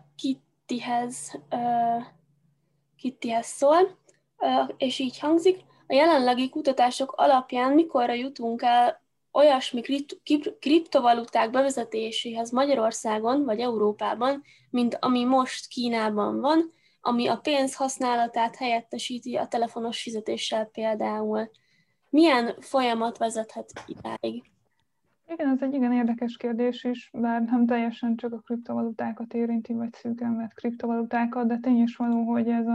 Kittihez szól, és így hangzik. A jelenlegi kutatások alapján mikorra jutunk el olyasmi kriptovaluták bevezetéséhez Magyarországon vagy Európában, mint ami most Kínában van, ami a pénz használatát helyettesíti a telefonos fizetéssel például. Milyen folyamat vezethet idáig? Igen, ez egy igen érdekes kérdés is, bár nem teljesen csak a kriptovalutákat érinti, vagy szűken vett kriptovalutákat, de tény is való, hogy ez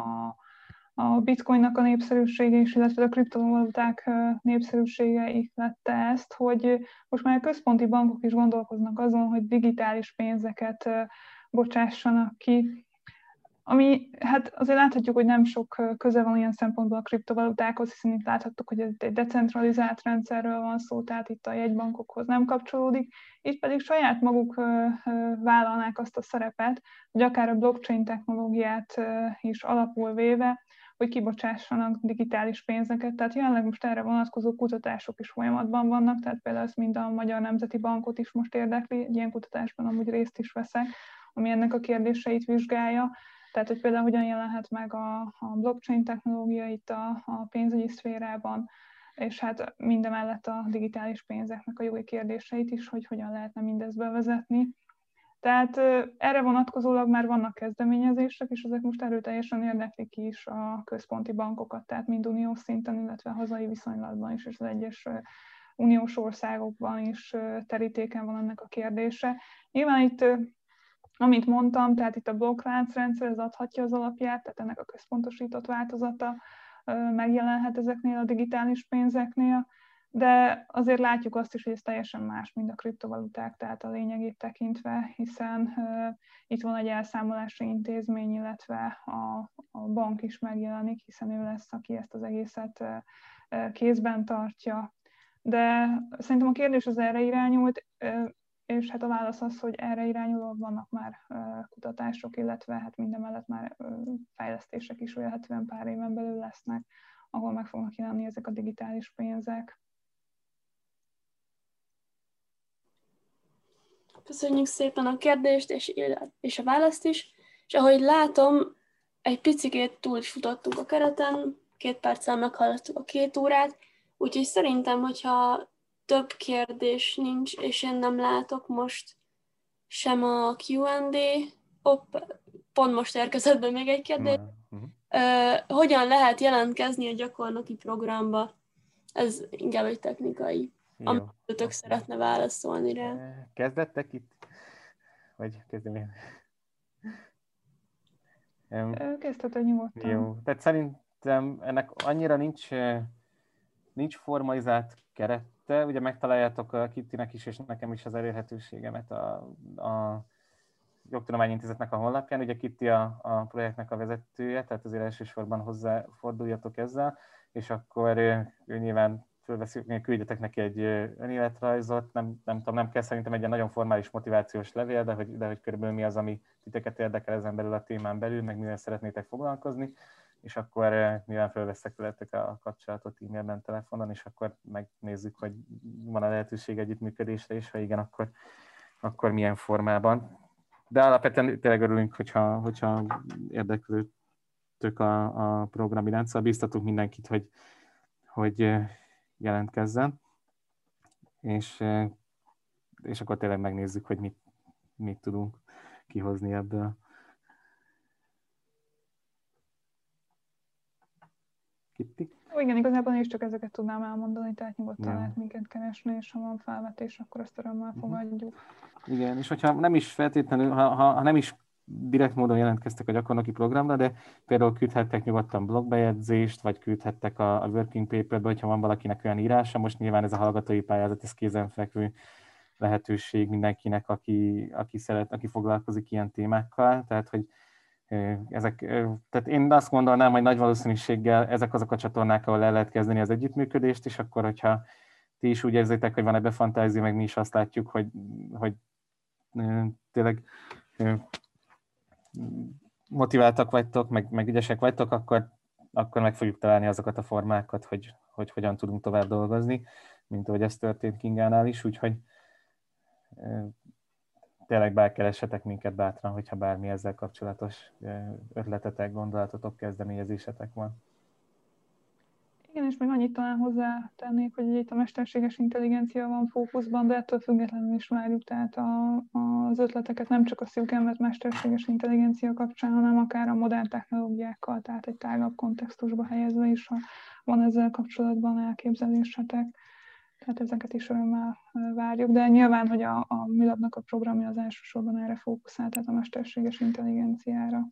a bitcoinnak a népszerűsége is, illetve a kriptovaluták népszerűsége ihlette ezt, hogy most már a központi bankok is gondolkoznak azon, hogy digitális pénzeket bocsássanak ki, ami hát azért láthatjuk, hogy nem sok köze van ilyen szempontból a kriptovalutákhoz, hiszen itt láthattuk, hogy ez egy decentralizált rendszerről van szó, tehát itt a jegybankokhoz nem kapcsolódik, itt pedig saját maguk vállalnák azt a szerepet, hogy akár a blockchain technológiát is alapul véve, hogy kibocsássanak digitális pénzeket. Tehát jelenleg most erre vonatkozó kutatások is folyamatban vannak, tehát például ezt mind a Magyar Nemzeti Bankot is most érdekli, egy ilyen kutatásban amúgy részt is veszek, ami ennek a kérdéseit vizsgálja. Tehát, hogy például hogyan jelenhet meg a blockchain technológia itt a pénzügyi szférában, és hát mindemellett a digitális pénzeknek a jogi kérdéseit is, hogy hogyan lehetne mindezt bevezetni. Tehát erre vonatkozólag már vannak kezdeményezések, és ezek most erőteljesen érdeklik is a központi bankokat, tehát mind uniós szinten, illetve hazai viszonylatban is, és az egyes uniós országokban is terítéken van ennek a kérdése. Nyilván itt amit mondtam, tehát itt a blokkláncrendszer, ez adhatja az alapját, tehát ennek a központosított változata megjelenhet ezeknél a digitális pénzeknél, de azért látjuk azt is, hogy ez teljesen más, mint a kriptovaluták, tehát a lényegét tekintve, hiszen itt van egy elszámolási intézmény, illetve a bank is megjelenik, hiszen ő lesz, aki ezt az egészet kézben tartja. De szerintem a kérdés az erre irányult, és hát a válasz az, hogy erre irányulóan vannak már kutatások, illetve hát mindemellett már fejlesztések is vélhetően pár éven belül lesznek, ahol meg fognak jelenni ezek a digitális pénzek. Köszönjük szépen a kérdést és a választ is, és ahogy látom, egy picikét túl is futottunk a kereten, 2 perccel meghallottuk a 2 órát, úgyhogy szerintem, hogyha több kérdés nincs, és én nem látok most sem a Q&A. Pont most érkezett be még egy kérdés. Hogyan lehet jelentkezni a gyakornoki programba? ez inkább egy technikai, amit tök szeretne válaszolni rá. Kezdettek itt? Vagy kezdem én? Kezdheted nyugodtan. Jó, tehát szerintem ennek annyira nincs formalizált kerete, ugye megtaláljátok a Kittinek is, és nekem is az elérhetőségemet a Jogtudományintézetnek a honlapján. Ugye Kitti a projektnek a vezetője, tehát azért elsősorban hozzá forduljatok ezzel, és akkor ő nyilván fölveszik, küldjetek neki egy önéletrajzot, nem tudom, nem kell szerintem egy ilyen nagyon formális motivációs levél, de hogy körülbelül mi az, ami titeket érdekel ezen belül a témán belül, meg mivel szeretnétek foglalkozni, és akkor nyilván fölvesztek veletek a kapcsolatot e-mailben, telefonon, és akkor megnézzük, hogy van a lehetőség együttműködésre, és ha igen, akkor milyen formában. De alapvetően tényleg örülünk, hogyha érdeklődtök a program iránt, szóval bíztatunk mindenkit, hogy jelentkezzen, és akkor tényleg megnézzük, hogy mit tudunk kihozni ebből. Kitti? Igen, igazából én is csak ezeket tudnám elmondani, tehát nyugodtan lehet minket keresni, és ha van felvetés, akkor azt örömmel fogadjuk. Igen, és hogyha nem is feltétlenül, ha nem is direkt módon jelentkeztek a gyakornoki programra, de például küldhettek nyugodtan blogbejegyzést, vagy küldhettek a working paperbe, hogyha van valakinek olyan írása. Most nyilván ez a hallgatói pályázat, ez kézenfekvő lehetőség mindenkinek, aki foglalkozik ilyen témákkal. Tehát, hogy tehát én azt gondolnám, hogy nagy valószínűséggel ezek azok a csatornák, ahol el lehet kezdeni az együttműködést, és akkor, hogyha ti is úgy érzitek, hogy van ebbe fantázia, meg mi is azt látjuk, hogy tényleg motiváltak vagytok, meg ügyesek vagytok, akkor meg fogjuk találni azokat a formákat, hogy hogyan tudunk tovább dolgozni, mint ahogy ez történt Kingánál is, úgyhogy tényleg bárkeressetek minket bátran, hogyha bármi ezzel kapcsolatos ötletetek, gondolatotok, kezdeményezésetek van. Igen, és még annyit talán hozzátennék, hogy itt a mesterséges intelligencia van fókuszban, de ettől függetlenül is várjuk, tehát az ötleteket nem csak a szűken vett mesterséges intelligencia kapcsán, hanem akár a modern technológiákkal, tehát egy tágabb kontextusba helyezve is, ha van ezzel kapcsolatban elképzelésetek. Tehát ezeket is örömmel várjuk, de nyilván, hogy a MILAB-nak a programja az elsősorban erre fókuszál, tehát a mesterséges intelligenciára.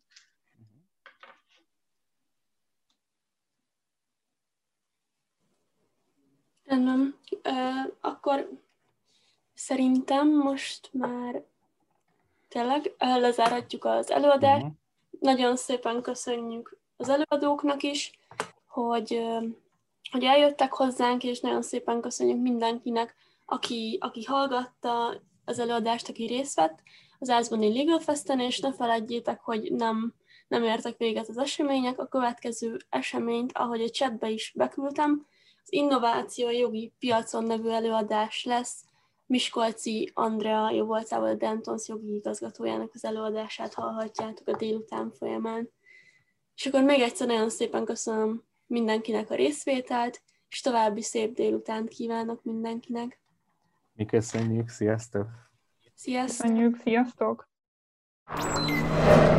Nem. Akkor szerintem most már tényleg lezárhatjuk az előadást. Nagyon szépen köszönjük az előadóknak is, hogy eljöttek hozzánk, és nagyon szépen köszönjük mindenkinek, aki hallgatta az előadást, aki részt vett az Ázbani Legal Festen, és ne feledjétek, hogy nem értek véget az események. A következő eseményt, ahogy a chatbe is beküldtem, az Innováció a jogi piacon nevű előadás lesz. Miskolci Andrea jóvoltával, a Dentons jogi igazgatójának az előadását hallhatjátok a délután folyamán. És akkor még egyszer nagyon szépen köszönöm mindenkinek a részvételt, és további szép délutánt kívánok mindenkinek. Mi köszönjük, sziasztok! Sziasztok! Köszönjük, sziasztok!